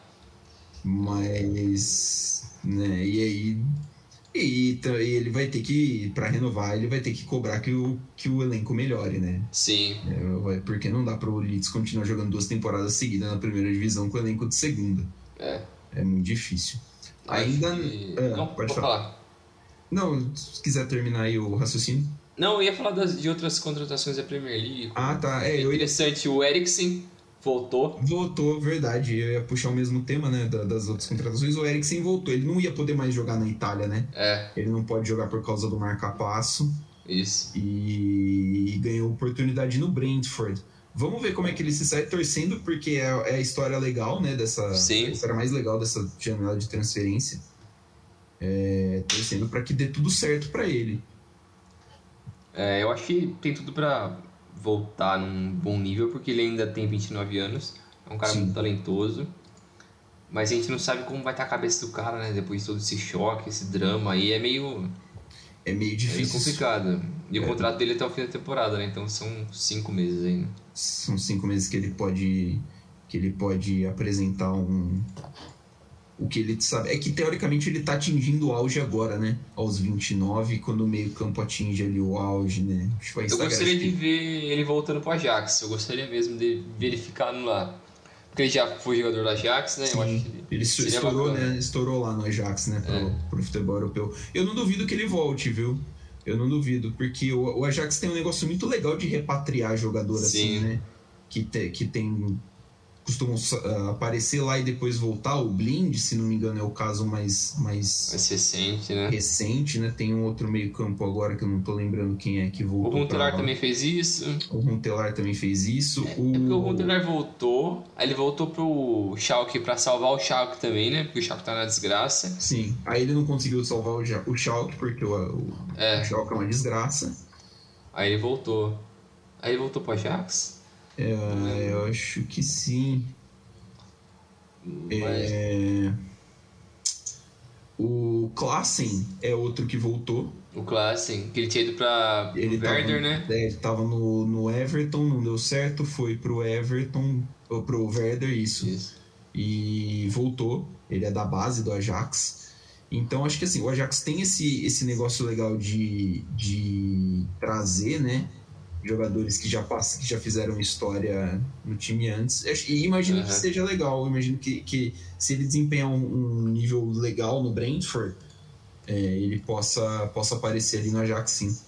Mas... né, e aí... E, e ele vai ter que, para renovar, ele vai ter que cobrar que o, que o elenco melhore, né? Sim. É, porque não dá para o Leeds continuar jogando duas temporadas seguidas na primeira divisão com o elenco de segunda. É. É muito difícil. Acho Ainda. Que... É, não, pode falar. falar. Não, se quiser terminar aí o raciocínio. Não, eu ia falar das, de outras contratações da Premier League. Ah, tá. É, é interessante, eu... o Eriksen voltou. Voltou, verdade. Eu ia puxar o mesmo tema, né, das outras contratações. O Eriksen voltou. Ele não ia poder mais jogar na Itália, né? É. Ele não pode jogar por causa do marca-passo. Isso. E... e ganhou oportunidade no Brentford. Vamos ver como é que ele se sai, torcendo, porque é, é a história legal, né? Dessa, Sim. A história mais legal dessa janela de transferência. É, torcendo para que dê tudo certo para ele. É, eu acho que tem tudo para voltar num bom nível, porque ele ainda tem vinte e nove anos. É um cara Sim. muito talentoso. Mas a gente não sabe como vai estar a cabeça do cara, né? Depois de todo esse choque, esse drama aí. É meio... É meio difícil. É meio complicado. E é. o contrato dele é até o fim da temporada, né? Então são cinco meses ainda. São cinco meses que ele pode que ele pode apresentar um o que ele sabe. É que teoricamente ele tá atingindo o auge agora, né? Aos vinte e nove, quando o meio campo atinge ali o auge, né? Eu gostaria de ver ele voltando pro Ajax. Eu gostaria mesmo de verificar no lá. Porque ele já foi jogador do Ajax, né? Sim, eu acho que ele, ele estourou, né? Estourou lá no Ajax, né? Pro, é. pro futebol europeu. Eu não duvido que ele volte, viu? Eu não duvido, porque o, o Ajax tem um negócio muito legal de repatriar jogador Sim. assim, né? Que, te, que tem costumam uh, aparecer lá e depois voltar. O Blind, se não me engano, é o caso mais, mais, mais recente, né? recente, né? Tem um outro meio campo agora que eu não tô lembrando quem é que voltou. O Huntelaar também fez isso. O Huntelaar também fez isso. É, o... é porque o Huntelaar voltou, aí ele voltou pro Schalke pra salvar o Schalke também, né? Porque o Schalke tá na desgraça. Sim, aí ele não conseguiu salvar o, o Schalke porque o, o, é. o Schalke é uma desgraça. Aí ele voltou. Aí ele voltou pro Ajax? É, eu acho que sim. Mas... É... O Klaassen é outro que voltou. O Klaassen, que ele tinha ido pra ele Werder, tava, né? É, ele tava no, no Everton, não deu certo, foi pro Everton, ou pro Werder, isso. isso. E voltou. Ele é da base do Ajax. Então acho que assim, o Ajax tem esse, esse negócio legal de, de trazer, né? Jogadores que já passam, que já fizeram história no time antes. E imagino uhum. que seja legal. Eu imagino que, que se ele desempenhar um, um nível legal no Brentford, é, ele possa, possa aparecer ali no Ajax, sim.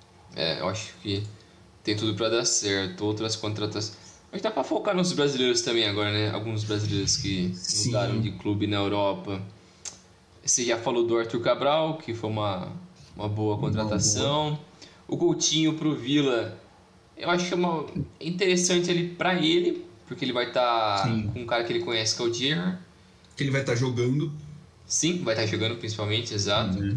É, eu acho que tem tudo para dar certo. Outras contratações. Mas dá para focar nos brasileiros também agora, né? Alguns brasileiros que sim. mudaram de clube na Europa. Você já falou do Arthur Cabral, que foi uma, uma boa contratação. Uma boa. O Coutinho pro Villa. Eu acho que é uma interessante ali pra ele, porque ele vai estar tá com um cara que ele conhece, que é o Gerrard. Que ele vai estar tá jogando. Sim, vai estar tá jogando principalmente, exato. Uhum.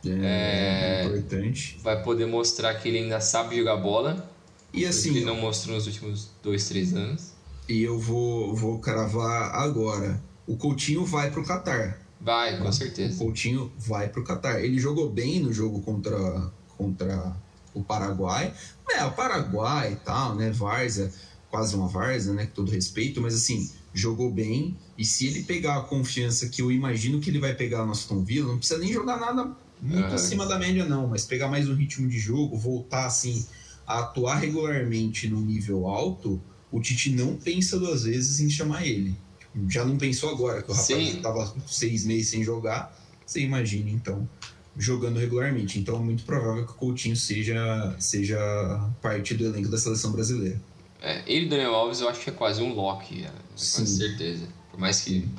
É, é importante. Vai poder mostrar que ele ainda sabe jogar bola. E assim, ele não mostrou nos últimos dois, três anos. E eu vou, vou cravar agora. O Coutinho vai pro Qatar. Vai, com certeza. O Coutinho vai pro Qatar. Ele jogou bem no jogo contra... contra o Paraguai, é, o Paraguai e tal, né, várzea, quase uma várzea, né, com todo respeito, mas assim, jogou bem, e se ele pegar a confiança que eu imagino que ele vai pegar no Aston Villa, não precisa nem jogar nada muito uhum. acima da média não, mas pegar mais um ritmo de jogo, voltar assim, a atuar regularmente num nível alto, o Tite não pensa duas vezes em chamar ele. Já não pensou agora, que o rapaz estava seis meses sem jogar, você imagina então jogando regularmente. Então é muito provável que o Coutinho seja, seja parte do elenco da seleção brasileira. É, ele e o Daniel Alves eu acho que é quase um lock, é, com certeza. Por mais que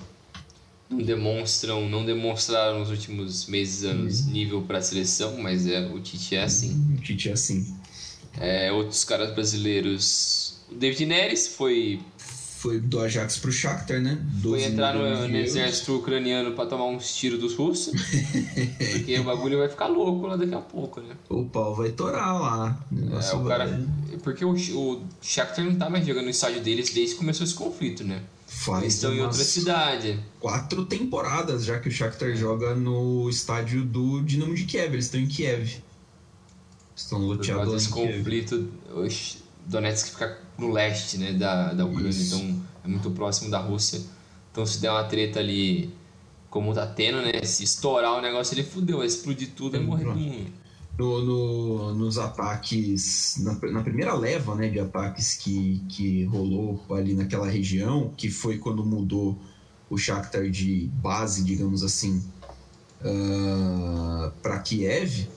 não demonstram, não demonstraram nos últimos meses, anos, uhum. nível para a seleção, mas é, o Tite é assim. O Tite é assim. É, outros caras brasileiros. O David Neres foi... Foi do Ajax pro Shakhtar, né? Foi entrar no, no exército ucraniano pra tomar uns tiros dos russos. Porque o bagulho vai ficar louco lá daqui a pouco, né? O pau vai torar lá. O é, o vai... cara... Porque o, o Shakhtar não tá mais jogando no estádio deles desde que começou esse conflito, né? Faz Eles estão em outra cidade. Quatro temporadas já que o Shakhtar joga no estádio do Dinamo de Kiev. Eles estão em Kiev. Estão loteados lá esse em conflito, o Donetsk fica no leste, né, da, da Ucrânia, Isso. Então é muito próximo da Rússia. Então se der uma treta ali, como tá tendo, né, se estourar o negócio, ele fudeu, vai explodir tudo e morrer todo mundo. No, no, nos ataques, na, na primeira leva, né, de ataques que, que rolou ali naquela região, que foi quando mudou o Shakhtar de base, digamos assim, uh, para Kiev,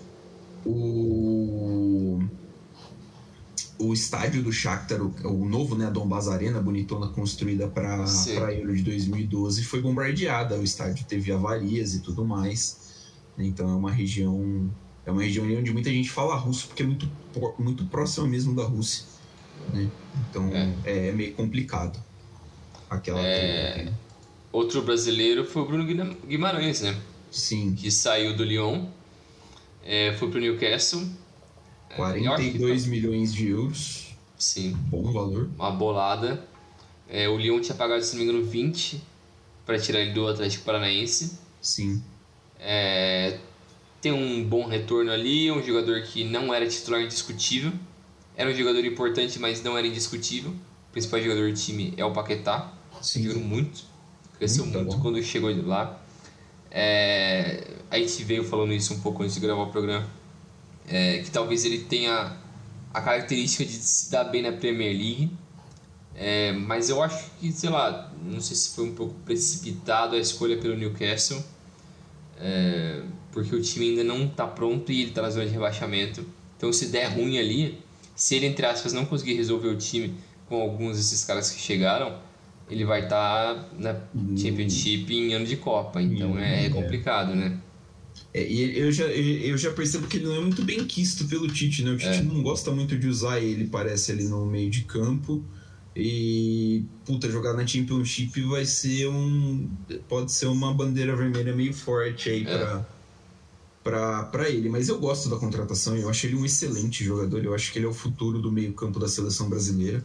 o... o estádio do Shakhtar, o, o novo, né, a Donbas Arena, bonitona, construída para a Euro de dois mil e doze, foi bombardeada. O estádio teve avarias e tudo mais. Então é uma região é uma região onde muita gente fala russo, porque é muito, muito próxima mesmo da Rússia, né? Então é, é meio complicado. Aquela é... Outro brasileiro foi o Bruno Guimarães, né? Sim. Que saiu do Lyon, é, foi pro Newcastle. quarenta e dois milhões de euros. Sim. Bom valor. Uma bolada. É, o Lyon tinha pagado, se não me engano, vinte para tirar ele do Atlético Paranaense. Sim. É, tem um bom retorno ali. Um jogador que não era titular indiscutível. Era um jogador importante, mas não era indiscutível. O principal jogador do time é o Paquetá. Sim. Jogando muito. Cresceu muito, muito quando chegou de lá. É, a gente veio falando isso um pouco antes de gravar o programa. É, que talvez ele tenha a característica de se dar bem na Premier League, é, mas eu acho que, sei lá, não sei se foi um pouco precipitado a escolha pelo Newcastle, é, porque o time ainda não está pronto e ele está na zona de rebaixamento. Então, se der ruim ali, se ele, entre aspas, não conseguir resolver o time com alguns desses caras que chegaram, ele vai estar tá na Championship em ano de Copa, então é, é complicado, né? É, e eu já, eu já percebo que ele não é muito bem quisto pelo Tite, né? O Tite é. não gosta muito de usar ele, parece, ali no meio de campo. E, puta, jogar na Championship vai ser um... pode ser uma bandeira vermelha meio forte aí é. pra, pra, pra ele. Mas eu gosto da contratação, eu acho ele um excelente jogador. Eu acho que ele é o futuro do meio campo da seleção brasileira.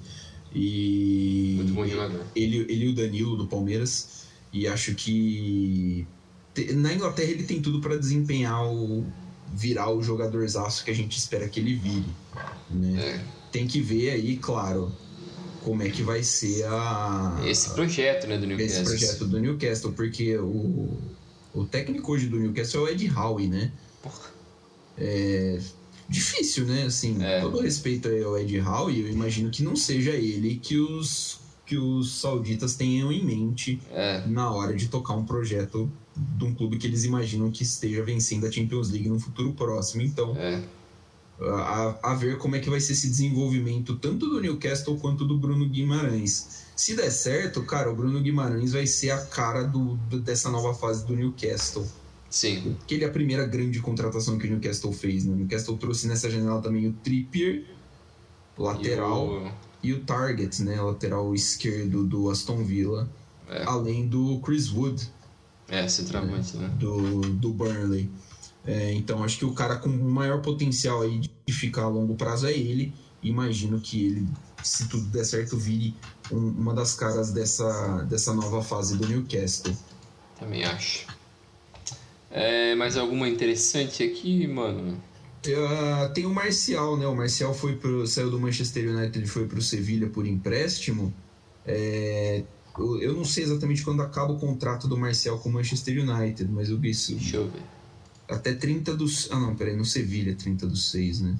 E muito bom jogador. Ele, ele e o Danilo do Palmeiras. E acho que na Inglaterra ele tem tudo para desempenhar o virar o jogadorzaço que a gente espera que ele vire, né? É. Tem que ver aí, claro, como é que vai ser a esse projeto, né, do Newcastle. Esse projeto do Newcastle, porque o, o técnico hoje do Newcastle é o Ed Howe, né? Porra. É difícil, né? Assim, é. todo respeito ao Ed Howe, eu imagino que não seja ele que os que os sauditas tenham em mente é. na hora de tocar um projeto de um clube que eles imaginam que esteja vencendo a Champions League no futuro próximo. Então, é. a, a ver como é que vai ser esse desenvolvimento tanto do Newcastle quanto do Bruno Guimarães. Se der certo, cara, o Bruno Guimarães vai ser a cara do, do, dessa nova fase do Newcastle. Sim. Porque ele é a primeira grande contratação que o Newcastle fez, né? O Newcastle trouxe nessa janela também o Trippier, lateral, e o, e o Target, né? Lateral esquerdo do Aston Villa, é. além do Chris Wood. É, centroavante, né? Do, do Burnley. É, então, acho que o cara com o maior potencial aí de ficar a longo prazo é ele. Imagino que ele, se tudo der certo, vire um, uma das caras dessa, dessa nova fase do Newcastle. Também acho. É, mais alguma interessante aqui, mano? Uh, tem o Martial, né? O Martial foi pro, saiu do Manchester United e foi pro Sevilha por empréstimo. É... Eu não sei exatamente quando acaba o contrato do Martial com o Manchester United, mas eu vi isso. Deixa eu ver. Até trinta dos... Ah, não, peraí, no Sevilha, trinta dos seis, né?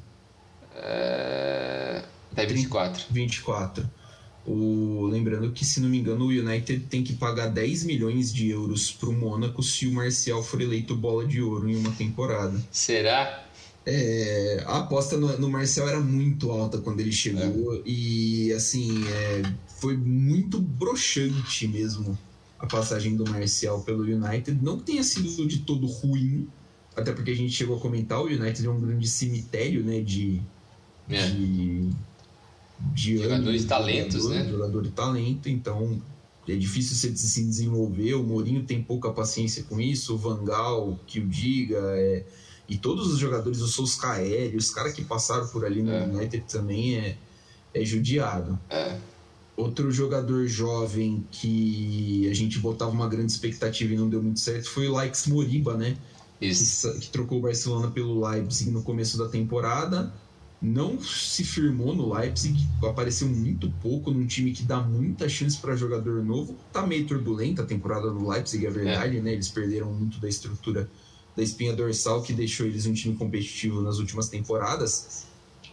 É... Até vinte e quatro. vinte e quatro. O... Lembrando que, se não me engano, o United tem que pagar dez milhões de euros pro Mônaco se o Martial for eleito bola de ouro em uma temporada. Será? É, a aposta no, no Martial era muito alta quando ele chegou é. e assim é, foi muito broxante mesmo a passagem do Martial pelo United. Não que tenha sido de todo ruim, até porque a gente chegou a comentar, o United é um grande cemitério, né, de, é. de, de jogadores de talentos, jogador, né? jogador de talento, então é difícil você se desenvolver. O Mourinho tem pouca paciência com isso, o Van Gaal, que o diga, é e todos os jogadores, o Solskjaer, os caras que passaram por ali no é. United também é, é judiado. É. Outro jogador jovem que a gente botava uma grande expectativa e não deu muito certo foi o Laix Moriba, né? Isso. Que, que trocou o Barcelona pelo Leipzig no começo da temporada. Não se firmou no Leipzig, apareceu muito pouco num time que dá muita chance para jogador novo. Tá meio turbulenta a temporada do Leipzig, é verdade, é. né? Eles perderam muito da estrutura da espinha dorsal que deixou eles um time competitivo nas últimas temporadas,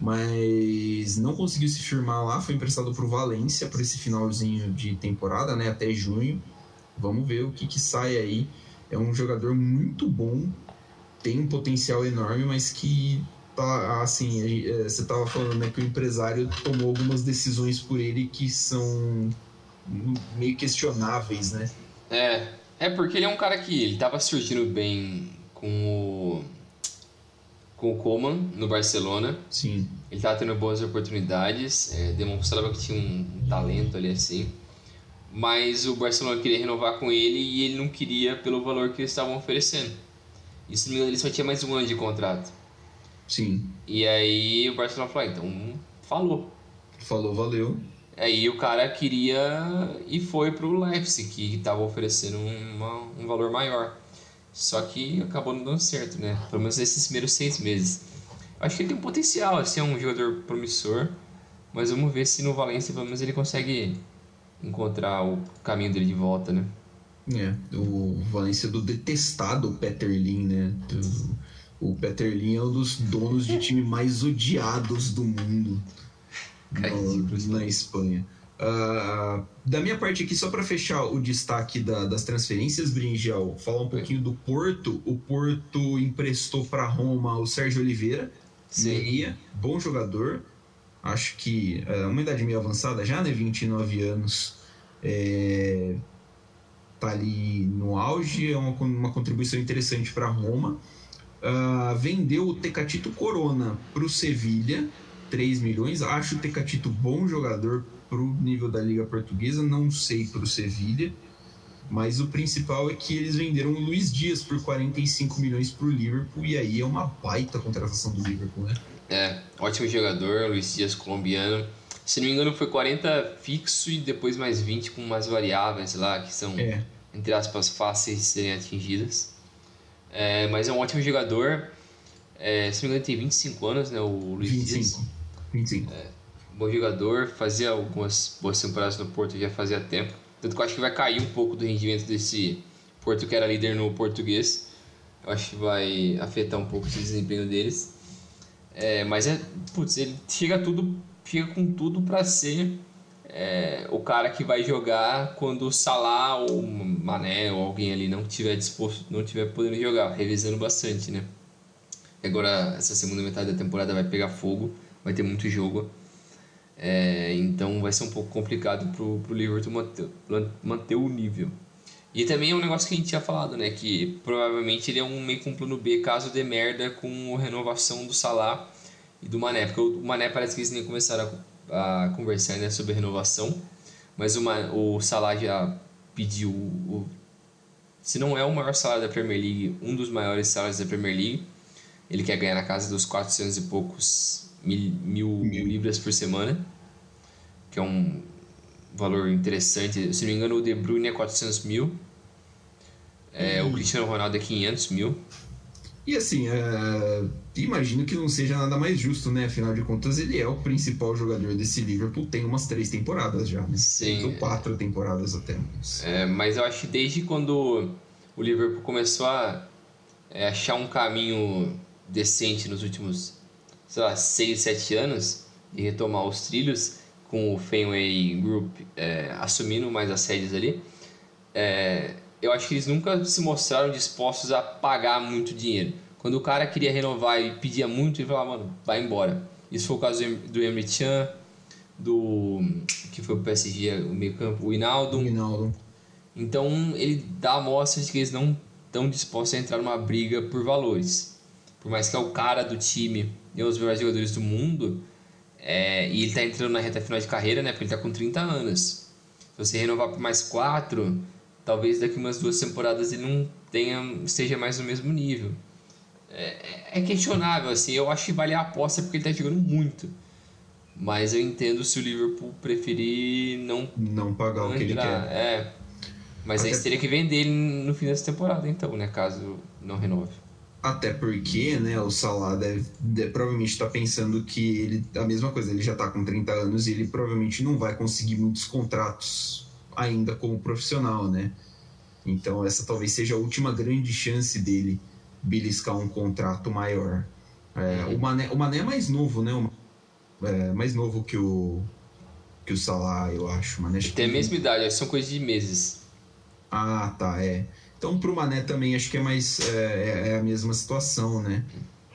mas não conseguiu se firmar lá. Foi emprestado para o Valência por esse finalzinho de temporada, né, até junho. Vamos ver o que, que sai aí. É um jogador muito bom, tem um potencial enorme, mas que tá, assim, você estava falando, né, que o empresário tomou algumas decisões por ele que são meio questionáveis, né? É, é porque ele é um cara que ele estava surgindo bem com o, com o Koeman no Barcelona. Sim. Ele estava tendo boas oportunidades, é, demonstrava que tinha um, um talento ali assim, mas o Barcelona queria renovar com ele e ele não queria pelo valor que eles estavam oferecendo. E se não me engano, ele só tinha mais um ano de contrato. Sim. E aí o Barcelona falou, ah, então falou. Falou, valeu. Aí o cara queria e foi pro Leipzig, que estava oferecendo uma, um valor maior. Só que acabou não dando certo, né? Pelo menos nesses primeiros seis meses. Acho que ele tem um potencial, assim, é um jogador promissor. Mas vamos ver se no Valência, pelo menos, ele consegue encontrar o caminho dele de volta, né? É, o Valência do detestado Peter Lim, né? O Peter Lim é um dos donos de time mais odiados do mundo no, na Espanha. Uh, da minha parte aqui, só para fechar o destaque da, das transferências, Bringel, falar um pouquinho do Porto. O Porto emprestou para Roma o Sérgio Oliveira, meia, bom jogador, acho que é uma idade meio avançada já, né, vinte e nove anos, é, tá ali no auge, é uma, uma contribuição interessante para Roma. Uh, vendeu o Tecatito Corona para o Sevilha, três milhões. Acho o Tecatito bom jogador para o nível da Liga Portuguesa, não sei para o Sevilha, mas o principal é que eles venderam o Luiz Dias por quarenta e cinco milhões para o Liverpool, e aí é uma baita contratação do Liverpool, né? É, ótimo jogador, Luiz Dias, colombiano. Se não me engano foi quarenta fixo e depois mais vinte com umas variáveis lá que são, é. entre aspas, fáceis de serem atingidas. É, mas é um ótimo jogador. É, se não me engano tem vinte e cinco anos, né, o Luiz vinte e cinco. Dias. vinte e cinco. É, bom jogador, fazia algumas boas temporadas no Porto já fazia tempo. Tanto que eu acho que vai cair um pouco do rendimento desse Porto que era líder no português. Eu acho que vai afetar um pouco esse desempenho deles. É, mas é, putz, ele chega, tudo, chega com tudo para ser é, o cara que vai jogar quando o Salah ou o Mané ou alguém ali não estiver disposto, não estiver podendo jogar, revisando bastante, né? Agora, essa segunda metade da temporada vai pegar fogo, vai ter muito jogo. É, então vai ser um pouco complicado pro, pro Liverpool manter, manter o nível. E também é um negócio que a gente tinha falado, né? Que provavelmente ele é um meio com um plano B caso dê merda com a renovação do Salah e do Mané. Porque o Mané parece que eles nem começaram a, a conversar, né, sobre a renovação. Mas o, o Salah já pediu, o, se não é o maior salário da Premier League, um dos maiores salários da Premier League. Ele quer ganhar na casa dos quatrocentos e poucos mil, mil, mil libras por semana, que é um valor interessante. Se não me engano, o De Bruyne é quatrocentos mil, é, hum. o Cristiano Ronaldo é quinhentos mil. E assim, é, imagino que não seja nada mais justo, né? Afinal de contas, ele é o principal jogador desse Liverpool, tem umas três temporadas já, né? Sim. Ou quatro temporadas até. É, mas eu acho que desde quando o Liverpool começou a é, achar um caminho decente nos últimos, sei lá, seis, sete anos e retomar os trilhos, com o Fenway Group é, assumindo mais as rédeas ali, é, eu acho que eles nunca se mostraram dispostos a pagar muito dinheiro. Quando o cara queria renovar e pedia muito, ele falava, mano, vai embora. Isso foi o caso do Emre Can, do que foi o P S G, o meio campo, o Hinaldo. Hinaldo. Então ele dá amostras de que eles não estão dispostos a entrar numa briga por valores. Por mais que é o cara do time e um dos melhores jogadores do mundo, é, e ele está entrando na reta final de carreira, né, porque ele está com trinta anos. Se você renovar por mais quatro, talvez daqui umas duas temporadas ele não tenha, esteja mais no mesmo nível. É, é questionável, assim, eu acho que vale a aposta porque ele está jogando muito. Mas eu entendo se o Liverpool preferir não, não pagar não o que entrar. Ele quer. É, mas Até aí você teria que vender ele no fim dessa temporada, então, né, caso não renove. Até porque, né, o Salah deve, deve, provavelmente está pensando que ele, a mesma coisa, ele já está com trinta anos e ele provavelmente não vai conseguir muitos contratos ainda como profissional, né? Então essa talvez seja a última grande chance dele beliscar um contrato maior. É, o, Mané, o Mané é mais novo, né? É mais novo que o, que o Salah, eu acho. Mané acho tem que... a mesma idade, são coisas de meses. Ah, tá, é. Então, pro Mané também, acho que é mais é, é a mesma situação, né?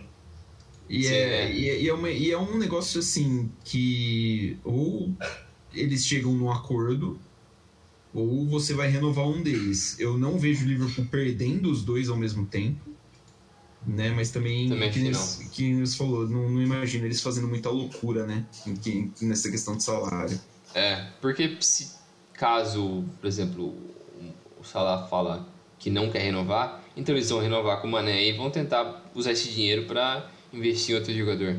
E, Sim, é, é. E, é, e, é uma, e é um negócio assim que ou eles chegam num acordo ou você vai renovar um deles. Eu não vejo o Liverpool perdendo os dois ao mesmo tempo, né? Mas também, também que, eles, que você falou, não, não imagino eles fazendo muita loucura, né? Que, nessa questão de salário. É, porque se caso, por exemplo, o Salah fala que não quer renovar, então eles vão renovar com o Mané e vão tentar usar esse dinheiro para investir em outro jogador.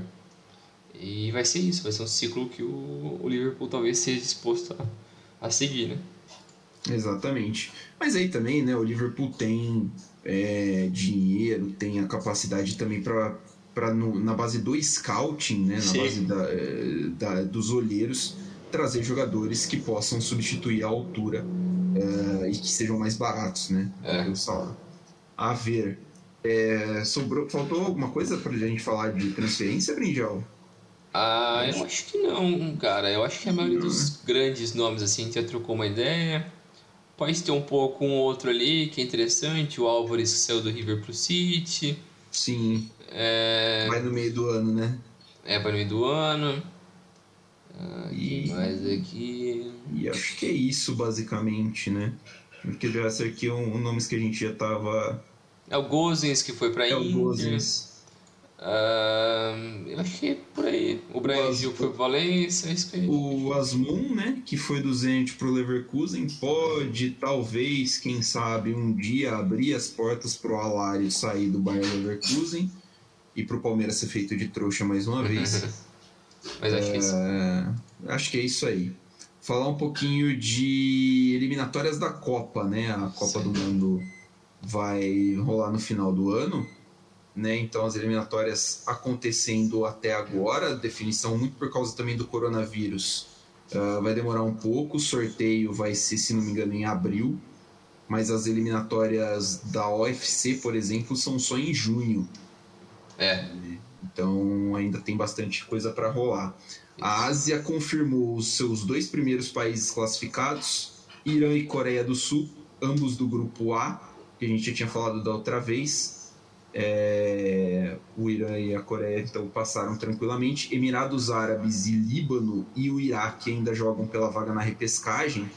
E vai ser isso, vai ser um ciclo que o, o Liverpool talvez seja disposto a, a seguir, né? Exatamente. Mas aí também, né, o Liverpool tem é, dinheiro, tem a capacidade também para para na base do scouting, né, na Sim. base da, da, dos olheiros, trazer jogadores que possam substituir a altura uh, e que sejam mais baratos, né? É. A ver, é, sobrou, faltou alguma coisa pra gente falar de transferência, Brinjal? Ah, eu acho que não, cara. Eu acho que a maioria dos grandes nomes, assim, a gente já trocou uma ideia. Pode ter um pouco um outro ali que é interessante. O Álvares que saiu do River pro City. Sim. É... Vai no meio do ano, né? É, vai no meio do ano. Ah, e mais aqui. E acho que é isso, basicamente, né? Porque já essa aqui é um, um nomes que a gente já tava. É o Gozens que foi pra É Inter. o Gozens. Ah, eu acho que é por aí. O Brian Gil foi pro Valência, é isso aí. O Asmun, né? Que foi do Zenit pro Leverkusen. Pode, talvez, quem sabe, um dia abrir as portas pro Alário sair do Bayer Leverkusen e pro Palmeiras ser feito de trouxa mais uma vez. Mas acho é, que é isso. Acho que é isso aí. Falar um pouquinho de eliminatórias da Copa, né? A Copa Sim. do Mundo vai rolar no final do ano, né? Então as eliminatórias acontecendo até agora, definição muito por causa também do coronavírus, uh, vai demorar um pouco. O sorteio vai ser, se não me engano, em abril, mas as eliminatórias da O F C, por exemplo, são só em junho. É. Então ainda tem bastante coisa para rolar. A Ásia confirmou os seus dois primeiros países classificados, Irã e Coreia do Sul, ambos do grupo A, que a gente já tinha falado da outra vez. É... O Irã e a Coreia então passaram tranquilamente. Emirados Árabes e Líbano e o Iraque ainda jogam pela vaga na repescagem,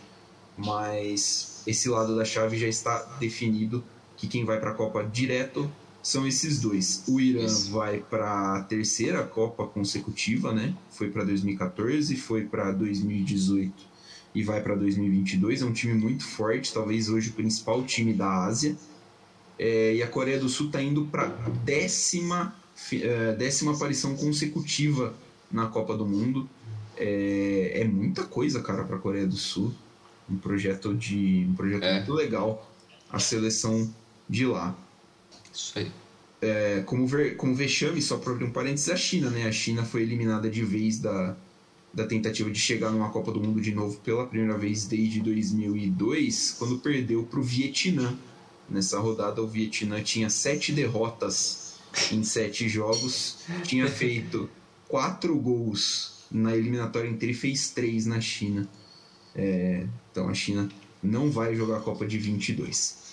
mas esse lado da chave já está definido que quem vai para a Copa direto são esses dois. O Irã Isso. vai para a terceira Copa consecutiva, né? Foi para dois mil e catorze, foi para dois mil e dezoito e vai para dois mil e vinte e dois. É um time muito forte, talvez hoje o principal time da Ásia. É, e a Coreia do Sul está indo para a décima, é, décima aparição consecutiva na Copa do Mundo. É, é muita coisa, cara, para a Coreia do Sul. Um projeto, de, um projeto é. muito legal, a seleção de lá. Isso aí. É, como, ver, como vexame, só para abrir um parênteses, a China, né? A China foi eliminada de vez da, da tentativa de chegar numa Copa do Mundo de novo pela primeira vez desde dois mil e dois, quando perdeu para o Vietnã. Nessa rodada, o Vietnã tinha sete derrotas em sete jogos, tinha feito quatro gols na eliminatória inteira e fez três na China. É, então a China não vai jogar a Copa de vinte e dois.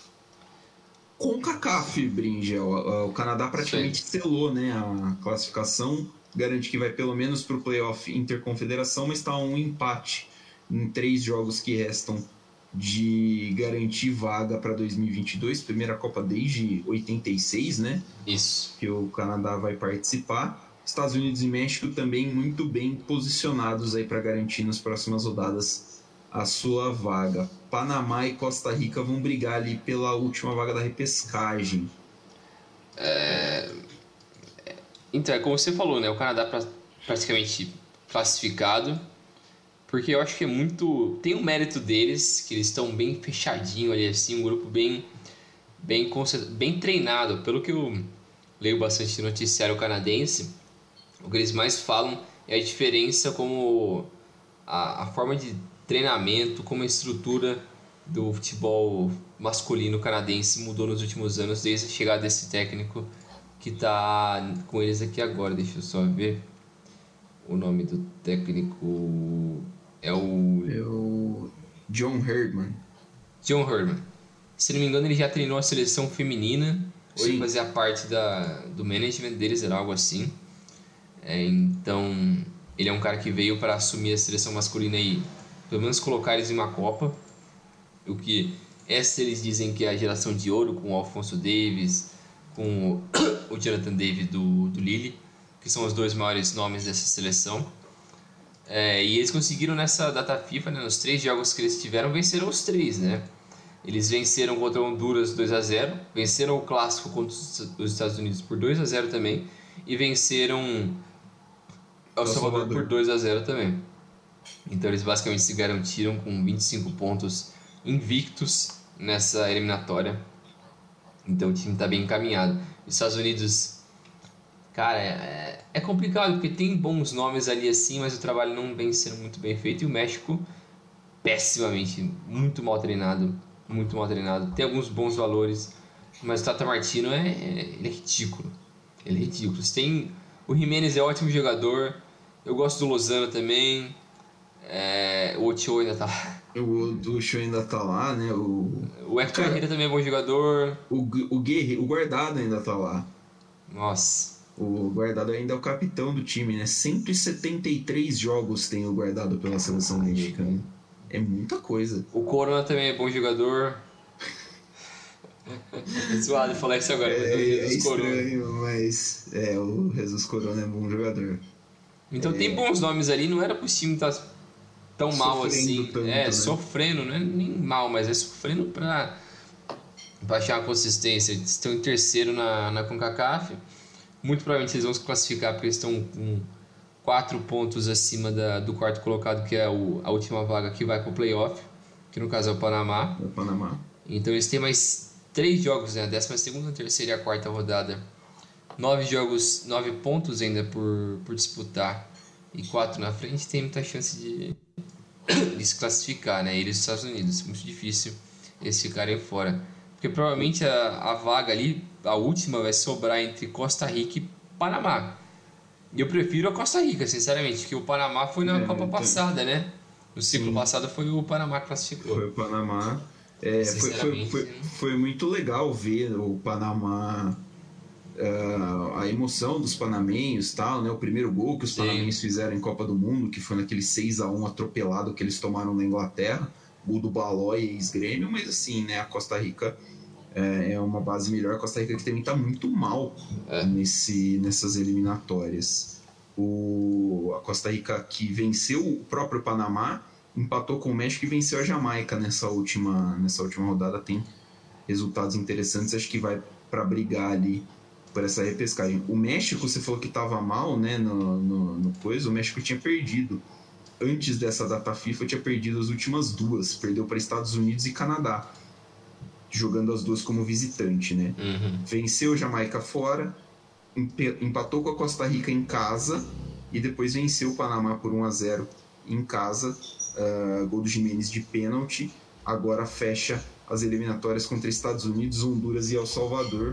CONCACAF, Bringel, o Canadá praticamente Sim. selou, né, a classificação, garante que vai pelo menos para o playoff interconfederação, mas está um empate em três jogos que restam de garantir vaga para dois mil e vinte e dois, primeira Copa desde oitenta e seis, né? Isso. Que o Canadá vai participar. Estados Unidos e México também muito bem posicionados aí para garantir nas próximas rodadas a sua vaga. Panamá e Costa Rica vão brigar ali pela última vaga da repescagem. É... Então, é como você falou, né? O Canadá pra... praticamente classificado, porque eu acho que é muito... Tem um mérito deles, que eles estão bem fechadinho ali, assim, um grupo bem, bem, bem treinado. Pelo que eu leio bastante de noticiário canadense, o que eles mais falam é a diferença como a, a forma de treinamento, como a estrutura do futebol masculino canadense mudou nos últimos anos, desde a chegada desse técnico que está com eles aqui agora. Deixa eu só ver o nome do técnico. É o... É o John Herdman. John Herdman. Se não me engano, ele já treinou a seleção feminina, ou Sim. ele fazia parte da, do management deles, era algo assim. É, então, ele é um cara que veio para assumir a seleção masculina e pelo menos colocar eles em uma Copa. O que essa eles dizem que é a geração de ouro, com o Alphonso Davies, com o, o Jonathan David do, do Lille, que são os dois maiores nomes dessa seleção. É, e eles conseguiram nessa data FIFA, né, nos três jogos que eles tiveram, venceram os três, né? Eles venceram contra Honduras dois a zero, venceram o clássico contra os Estados Unidos por dois a zero também, e venceram El Salvador por dois a zero também. Então eles basicamente se garantiram com vinte e cinco pontos invictos nessa eliminatória. Então o time está bem encaminhado. Os Estados Unidos, cara, é, é complicado porque tem bons nomes ali assim, mas o trabalho não vem sendo muito bem feito. E o México, pessimamente, muito mal treinado, muito mal treinado. Tem alguns bons valores, mas o Tata Martino é, é, ele é ridículo. Ele é ridículo. Você tem, o Jiménez é ótimo jogador, eu gosto do Lozano também. É, o Ochoa ainda tá lá. O Ochoa ainda tá lá, né? O, o Héctor Herrera também é bom jogador. O, o, Guerre, o guardado ainda tá lá. Nossa. O Guardado ainda é o capitão do time, né? cento e setenta e três jogos tem o Guardado pela seleção mexicana. É muita coisa. O Corona também é bom jogador. É zoado falar isso agora, mas é, o Jesus é estranho, Corona. mas é, o Jesus Corona é bom jogador. Então é... tem bons nomes ali, não era pro time estar tão mal sofrendo assim. Tanto, é, né? sofrendo, não é nem mal, mas é sofrendo pra, pra achar uma consistência. Eles estão em terceiro na, na CONCACAF. Muito provavelmente eles vão se classificar porque eles estão com quatro pontos acima da, do quarto colocado, que é o, a última vaga que vai para o playoff, que no caso é o Panamá. É o Panamá. Então eles têm mais três jogos, né? A décima segunda, a terceira e a quarta rodada. Nove jogos, nove pontos ainda por, por disputar. E quatro na frente, tem muita chance de, de se classificar, né? Eles e os Estados Unidos. Muito difícil eles ficarem fora. Porque provavelmente a, a vaga ali, a última, vai sobrar entre Costa Rica e Panamá. E eu prefiro a Costa Rica, sinceramente, porque o Panamá foi na é, Copa então... passada, né? No ciclo Sim. passado foi o Panamá que classificou. Foi o Panamá. É, foi, foi, foi, foi muito legal ver o Panamá, uh, a emoção dos panamenhos, tal, né? O primeiro gol que os Sim. panamenhos fizeram em Copa do Mundo, que foi naquele seis a um atropelado que eles tomaram na Inglaterra, gol do Balói e ex-grêmio, mas assim, né? A Costa Rica é, é uma base melhor. A Costa Rica que também está muito mal é. nesse, nessas eliminatórias. O, a Costa Rica que venceu o próprio Panamá, empatou com o México e venceu a Jamaica nessa última, nessa última rodada. Tem resultados interessantes, acho que vai para brigar ali por essa repescagem. O México, você falou que estava mal, né, no, no, no coisa, o México tinha perdido. Antes dessa data FIFA, tinha perdido as últimas duas. Perdeu para Estados Unidos e Canadá, jogando as duas como visitante, né? Uhum. Venceu a Jamaica fora, empatou com a Costa Rica em casa e depois venceu o Panamá por um a zero em casa. Uh, gol do Jimenez de pênalti. Agora fecha as eliminatórias contra Estados Unidos, Honduras e El Salvador.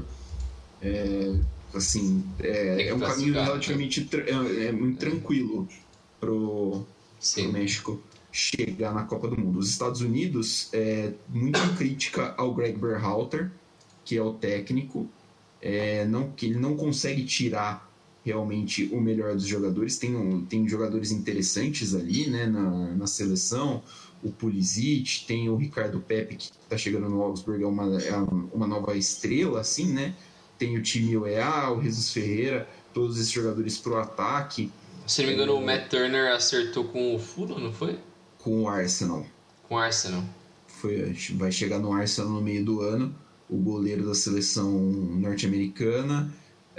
É, assim, é, é um caminho relativamente tra- é, é muito tranquilo pro, pro México chegar na Copa do Mundo. Os Estados Unidos, é, muita crítica ao Greg Berhalter, que é o técnico, é, não, que ele não consegue tirar realmente o melhor dos jogadores. Tem, um, tem jogadores interessantes ali, né, na, na seleção. O Pulisic, tem o Ricardo Pepe, que está chegando no Augsburg, é uma, é uma nova estrela, assim, né? Tem o time O E A, o Jesus Ferreira, todos esses jogadores pro ataque. Se não me engano, é... o Matt Turner acertou com o Fulham, não foi? Com o Arsenal. Com o Arsenal. Foi, vai chegar no Arsenal no meio do ano, o goleiro da seleção norte-americana.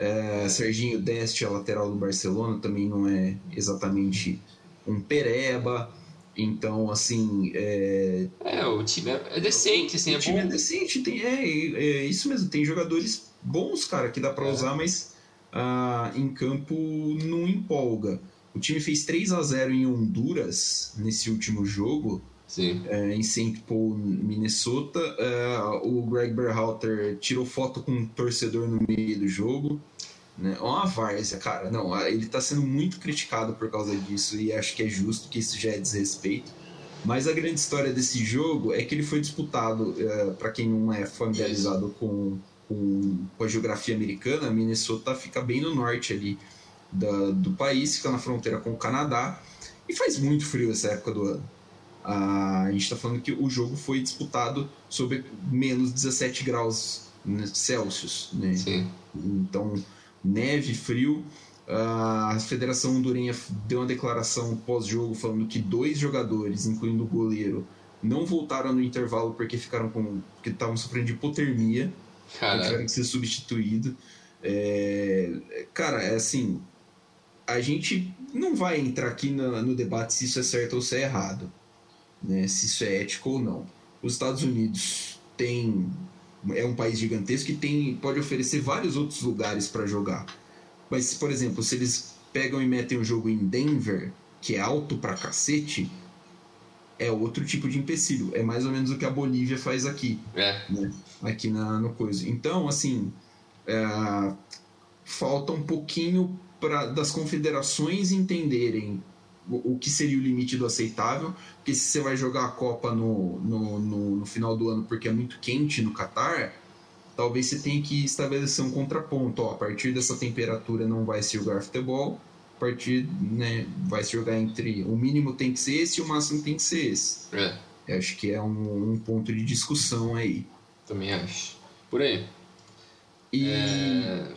É, Serginho Dest, a lateral do Barcelona, também não é exatamente um pereba. Então, assim... É, é o time é decente, assim, o é time bom. é decente, tem, é, é isso mesmo. Tem jogadores bons, cara, que dá pra é. usar, mas ah, em campo não empolga. O time fez três a zero em Honduras nesse último jogo. Sim. É, em Saint Paul, Minnesota. É, o Greg Berhalter tirou foto com um torcedor no meio do jogo, né? Uma várzea, cara. Não, ele tá sendo muito criticado por causa disso e acho que é justo, que isso já é desrespeito. Mas a grande história desse jogo é que ele foi disputado, é, para quem não é familiarizado com, com, com a geografia americana, Minnesota fica bem no norte ali da, do país, fica na fronteira com o Canadá e faz muito frio essa época do ano. Ah, a gente está falando que o jogo foi disputado sob menos dezessete graus Celsius, né? Sim. Então, neve, frio. Ah, a Federação Hondurenha deu uma declaração pós-jogo falando que dois jogadores, incluindo o goleiro, não voltaram no intervalo porque ficaram com, porque estavam sofrendo de hipotermia, então tiveram que ser substituídos. É, cara, é assim, a gente não vai entrar aqui no, no debate se isso é certo ou se é errado, né, se isso é ético ou não. Os Estados Unidos tem, é um país gigantesco que tem, pode oferecer vários outros lugares para jogar. Mas, por exemplo, se eles pegam e metem um jogo em Denver, que é alto pra cacete, é outro tipo de empecilho. É mais ou menos o que a Bolívia faz aqui. É. Né? Aqui na, no coisa. Então, assim, é, falta um pouquinho pra, das confederações entenderem o, o que seria o limite do aceitável, porque se você vai jogar a Copa no, no, no, no final do ano porque é muito quente no Catar, talvez você tenha que estabelecer um contraponto. Ó, a partir dessa temperatura não vai se jogar futebol, a partir, né, vai se jogar entre o mínimo tem que ser esse e o máximo tem que ser esse. É. Eu acho que é um, um ponto de discussão aí. Também acho. Por aí. E É...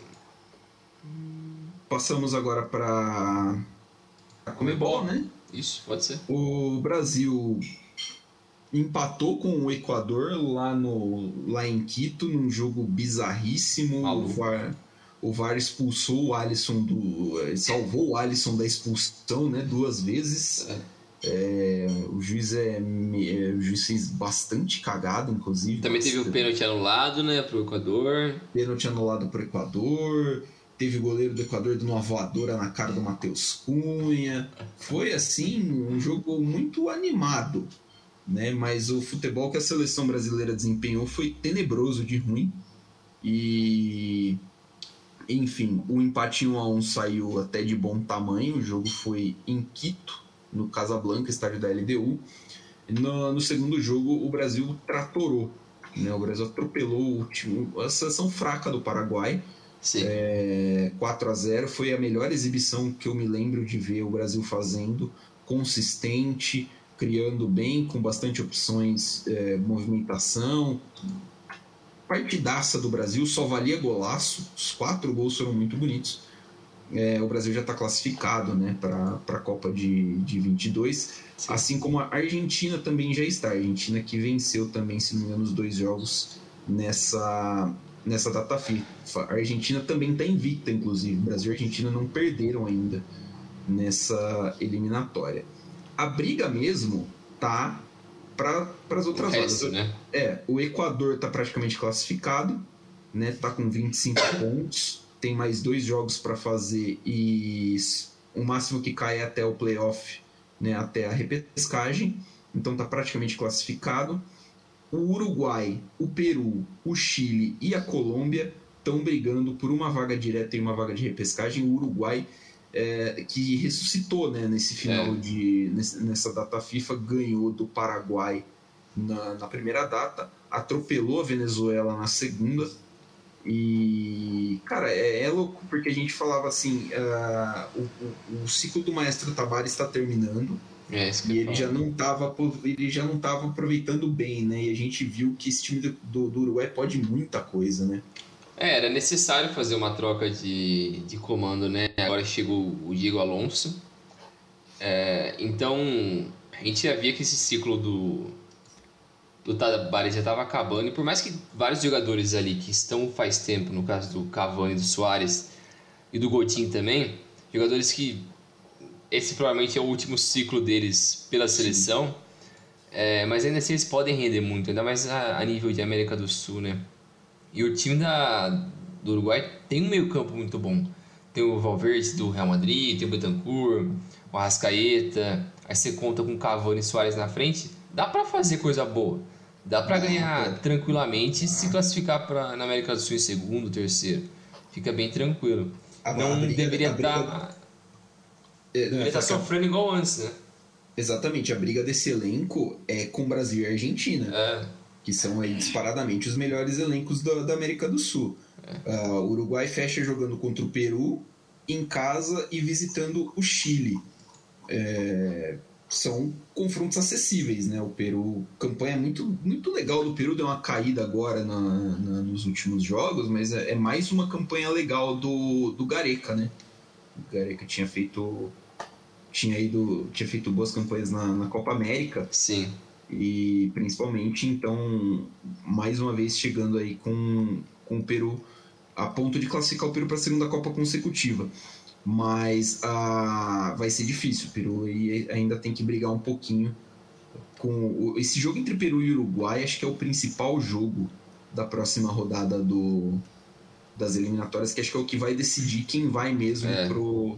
passamos agora para a Conmebol, né? Isso, pode ser. O Brasil empatou com o Equador lá, no, lá em Quito, num jogo bizarríssimo. O VAR, o VAR expulsou o Alisson do. Salvou o Alisson da expulsão, né? Duas vezes. É. É, o juiz é, é o juiz fez bastante cagado, inclusive. Também teve o um pênalti anulado, né, pro Equador. Pênalti anulado pro Equador. Teve o goleiro do Equador dando uma voadora na cara do Matheus Cunha. Foi, assim, um jogo muito animado, né? Mas o futebol que a seleção brasileira desempenhou foi tenebroso de ruim. E, enfim, o empate um a um saiu até de bom tamanho. O jogo foi em Quito, no Casablanca, estádio da L D U. No, no segundo jogo, o Brasil tratorou, né? O Brasil atropelou o time, a seleção fraca do Paraguai. Sim. É, quatro a zero foi a melhor exibição que eu me lembro de ver o Brasil fazendo, consistente, criando bem, com bastante opções, é, movimentação. Partidaça do Brasil, só valia golaço, os quatro gols foram muito bonitos. É, o Brasil já está classificado, né, para a Copa de, de vinte e dois, sim, assim como a Argentina também já está. A Argentina que venceu também, se não me engano, os dois jogos nessa, nessa data FIFA. A Argentina também está invicta, inclusive. O Brasil e a Argentina não perderam ainda nessa eliminatória. A briga mesmo tá para as outras horas. Né? É, o Equador está praticamente classificado, né, tá com vinte e cinco pontos. Tem mais dois jogos para fazer e o máximo que cai é até o playoff, né, até a repescagem. Então está praticamente classificado. O Uruguai, o Peru, o Chile e a Colômbia estão brigando por uma vaga direta e uma vaga de repescagem. O Uruguai, é, que ressuscitou, né, nesse final, é. de, nessa data FIFA, ganhou do Paraguai na, na primeira data, atropelou a Venezuela na segunda. E, cara, é, é louco porque a gente falava assim, uh, o, o, o ciclo do Maestro Tabárez está terminando, é, isso que e eu ele falo. já não tava ele já não estava aproveitando bem, né? E a gente viu que esse time do, do, do Uruguai pode muita coisa, né? É, era necessário fazer uma troca de, de comando, né? Agora chegou o Diego Alonso, é, então a gente já via que esse ciclo do do Tabárez já estava acabando, e por mais que vários jogadores ali que estão faz tempo, no caso do Cavani, do Suárez e do Coutinho também, jogadores que esse provavelmente é o último ciclo deles pela seleção, é, mas ainda assim eles podem render muito, ainda mais a, a nível de América do Sul, né? E o time da, do Uruguai tem um meio campo muito bom. Tem o Valverde do Real Madrid, tem o Betancourt, o Arrascaeta, aí você conta com o Cavani e Suárez na frente, dá pra fazer coisa boa. Dá pra ganhar tranquilamente e se classificar pra, na América do Sul em segundo, terceiro. Fica bem tranquilo. A não briga, deveria briga... estar... É, deveria estar sofrendo igual antes, né? Exatamente. A briga desse elenco é com Brasil e Argentina. É. Que são aí disparadamente os melhores elencos da, da América do Sul. É. Uh, o Uruguai fecha jogando contra o Peru em casa e visitando o Chile. É... São confrontos acessíveis, né? O Peru, campanha muito, muito legal do Peru, deu uma caída agora na, na, nos últimos jogos, mas é, é mais uma campanha legal do, do Gareca, né? O Gareca tinha feito tinha ido tinha feito boas campanhas na, na Copa América. Sim. E principalmente, então, mais uma vez chegando aí com, com o Peru a ponto de classificar o Peru para a segunda Copa consecutiva. Mas ah, vai ser difícil. O Peru ainda tem que brigar um pouquinho com o, esse jogo entre Peru e Uruguai. Acho que é o principal jogo da próxima rodada do, das eliminatórias, que acho que é o que vai decidir quem vai mesmo é. pro,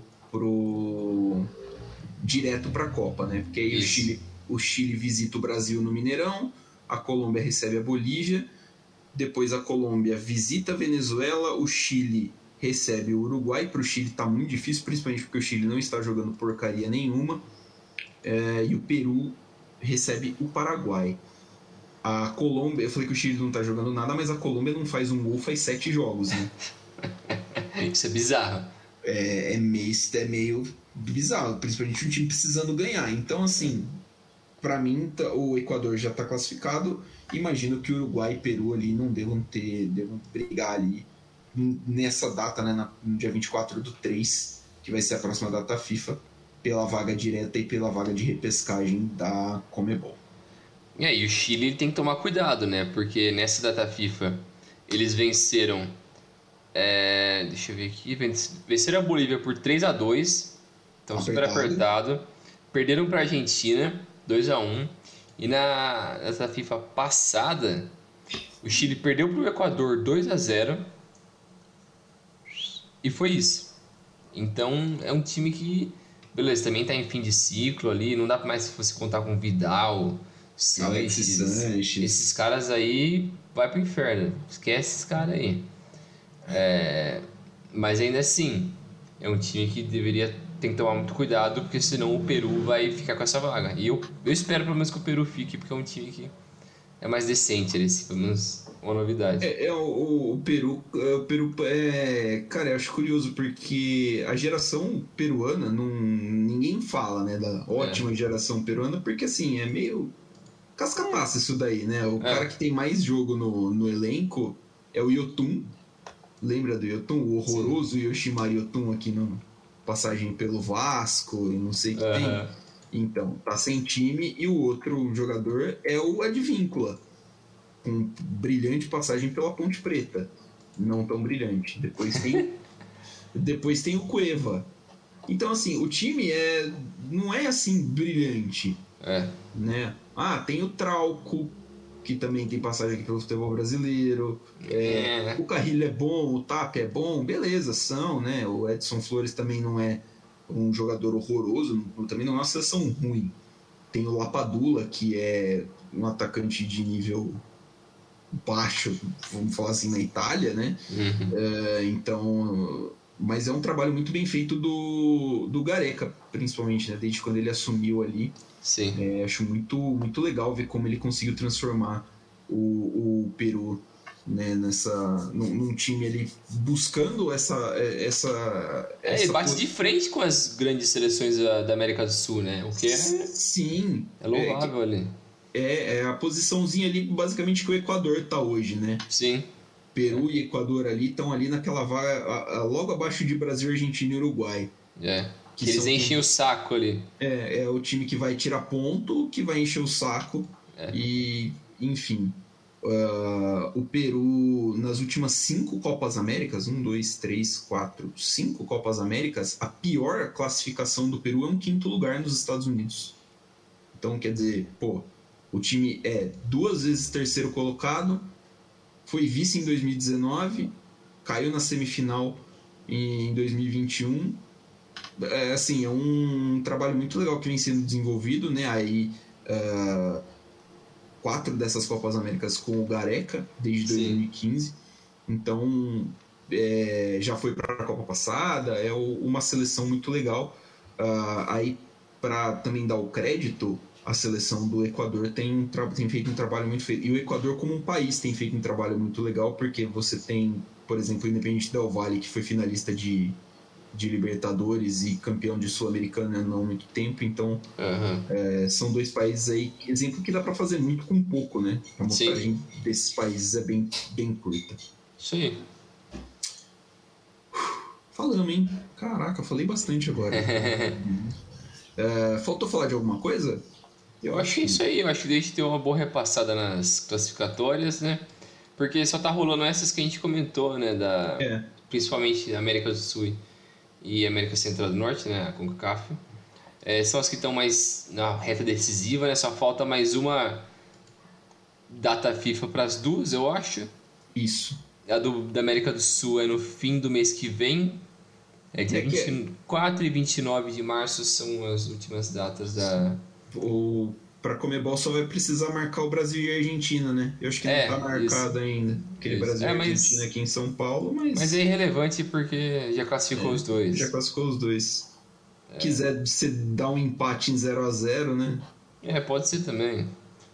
pro direto para a Copa, né? Porque aí o Chile, o Chile visita o Brasil no Mineirão, a Colômbia recebe a Bolívia, depois a Colômbia visita a Venezuela, o Chile recebe o Uruguai. Para o Chile está muito difícil, principalmente porque o Chile não está jogando porcaria nenhuma. É, e o Peru recebe o Paraguai. A Colômbia, eu falei que o Chile não tá jogando nada, mas a Colômbia não faz um gol faz sete jogos, né? Isso é bizarro. É, é, meio, é meio bizarro, principalmente um time precisando ganhar. Então, assim, pra mim, o Equador já tá classificado. Imagino que o Uruguai e Peru ali não devam ter, devam brigar ali nessa data, né, no dia vinte e quatro do três, que vai ser a próxima data FIFA, pela vaga direta e pela vaga de repescagem da Conmebol. E aí, o Chile ele tem que tomar cuidado, né? Porque nessa data FIFA eles venceram. É, deixa eu ver aqui. Venceram a Bolívia por três a dois. Então, super apertado. Perderam para a Argentina dois a um. E na data FIFA passada, o Chile perdeu para o Equador dois a zero. E foi isso. Então, é um time que, beleza, também está em fim de ciclo ali. Não dá mais se você contar com Vidal, Sanches, Sanches. Esses caras aí vai pro inferno. Esquece esses caras aí. É, mas ainda assim, é um time que deveria ter que tomar muito cuidado, porque senão o Peru vai ficar com essa vaga. E eu, eu espero pelo menos que o Peru fique, porque é um time que é mais decente, eles, pelo menos uma novidade. É, é o, o Peru, o Peru é, cara, eu acho curioso porque a geração peruana não, ninguém fala, né, da ótima é. geração peruana, porque assim, é meio casca-massa isso daí, né? O é. cara que tem mais jogo no, no elenco é o Yotun. Lembra do Yotun? O horroroso Sim. Yoshimar Yotun aqui na passagem pelo Vasco e não sei o que uhum. tem. Então, tá sem time. E o outro jogador é o Advíncula, com brilhante passagem pela Ponte Preta. Não tão brilhante. Depois tem, depois tem o Cueva. Então, assim, o time é, não é assim brilhante. É. Né? Ah, tem o Trauco, que também tem passagem aqui pelo futebol brasileiro. É, é. O Carrilho é bom, o Tap é bom, beleza, são, né? O Edson Flores também não é um jogador horroroso, também não é uma seleção ruim. Tem o Lapadula, que é um atacante de nível baixo, vamos falar assim, na Itália, né? Uhum. É, então, mas é um trabalho muito bem feito do, do Gareca, principalmente, né? Desde quando ele assumiu ali. Sim. É, acho muito, muito legal ver como ele conseguiu transformar o, o Peru, né, nessa, num, num time ali buscando essa... essa, é, essa ele bate coisa. de frente com as grandes seleções da, da América do Sul, né? O que é, Sim, é louvável é, ali. É, é a posiçãozinha ali, basicamente, que o Equador tá hoje, né? Sim. Peru é. e Equador ali estão ali naquela vaga, a, a, logo abaixo de Brasil, Argentina e Uruguai. É. Que eles enchem o saco ali. É, é o time que vai tirar ponto, que vai encher o saco. É. E, enfim. Uh, o Peru, nas últimas cinco Copas Américas, um, dois, três, quatro, cinco Copas Américas, a pior classificação do Peru é um quinto lugar nos Estados Unidos. Então, quer dizer, pô, o time é duas vezes terceiro colocado, foi vice em dois mil e dezenove, caiu na semifinal em dois mil e vinte e um. É, assim, é um trabalho muito legal que vem sendo desenvolvido, né? Aí, uh, quatro dessas Copas Américas com o Gareca, desde Sim. dois mil e quinze. Então, é, já foi para a Copa passada, é o, uma seleção muito legal. Uh, aí, para também dar o crédito, a seleção do Equador tem, tem feito um trabalho muito feito. E o Equador, como um país, tem feito um trabalho muito legal, porque você tem, por exemplo, o Independiente Del Valle, que foi finalista de, de Libertadores e campeão de Sul-Americana há não há muito tempo. Então, uhum. é, são dois países aí, exemplo que dá para fazer muito com pouco, né? A mostragem desses países é bem, bem curta. Sim. Falamos, hein? Caraca, falei bastante agora. é, faltou falar de alguma coisa? Eu acho que é isso aí, eu acho que a gente deu uma boa repassada nas classificatórias, né? Porque só tá rolando essas que a gente comentou, né? Da, é. Principalmente América do Sul e América Central do Norte, né? A CONCACAF. É, são as que estão mais na reta decisiva, né? Só falta mais uma data FIFA para as duas, eu acho. Isso. A do, da América do Sul é no fim do mês que vem. É dia é vinte e quatro e vinte e nove de março são as últimas datas da... O para Conmebol só vai precisar marcar o Brasil e a Argentina, né? Eu acho que é, não tá marcado isso. ainda. Aquele isso. Brasil é, e mas... Argentina aqui em São Paulo, mas... Mas é irrelevante porque já classificou é, os dois. Já classificou os dois. É. Quiser você dar um empate em zero a zero, né? É, pode ser também.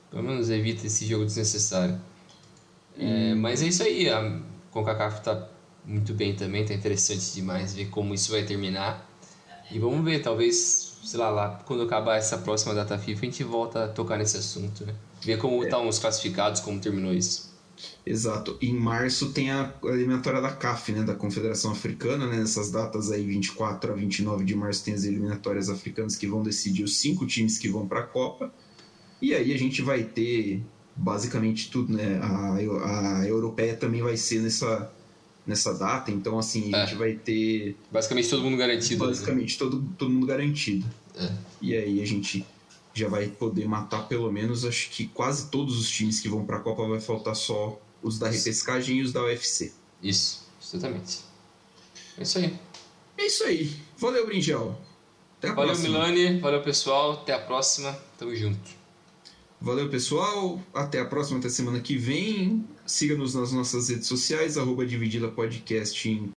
Pelo menos evita esse jogo desnecessário. É, mas é isso aí, a CONCACAF tá muito bem também, tá interessante demais ver como isso vai terminar. E vamos ver, talvez, sei lá, lá quando acabar essa próxima data FIFA, a gente volta a tocar nesse assunto, né? Ver como estão é. os classificados, como terminou isso. Exato. Em março tem a eliminatória da C A F, né, da Confederação Africana, né? Nessas datas aí, vinte e quatro a vinte e nove de março, tem as eliminatórias africanas que vão decidir os cinco times que vão para a Copa. E aí a gente vai ter basicamente tudo, né? A, a europeia também vai ser nessa, nessa data, então assim, a gente é. vai ter... Basicamente todo mundo garantido. Basicamente né? todo, todo mundo garantido. É. E aí a gente já vai poder matar pelo menos, acho que quase todos os times que vão para a Copa, vai faltar só os da repescagem e os da U F C. Isso, exatamente. É isso aí. É isso aí. Valeu, Bringel. Até a valeu, próxima. Milani. Valeu, pessoal. Até a próxima. Tamo junto. Valeu, pessoal. Até a próxima, até semana que vem. Siga-nos nas nossas redes sociais, arroba Dividida Podcast em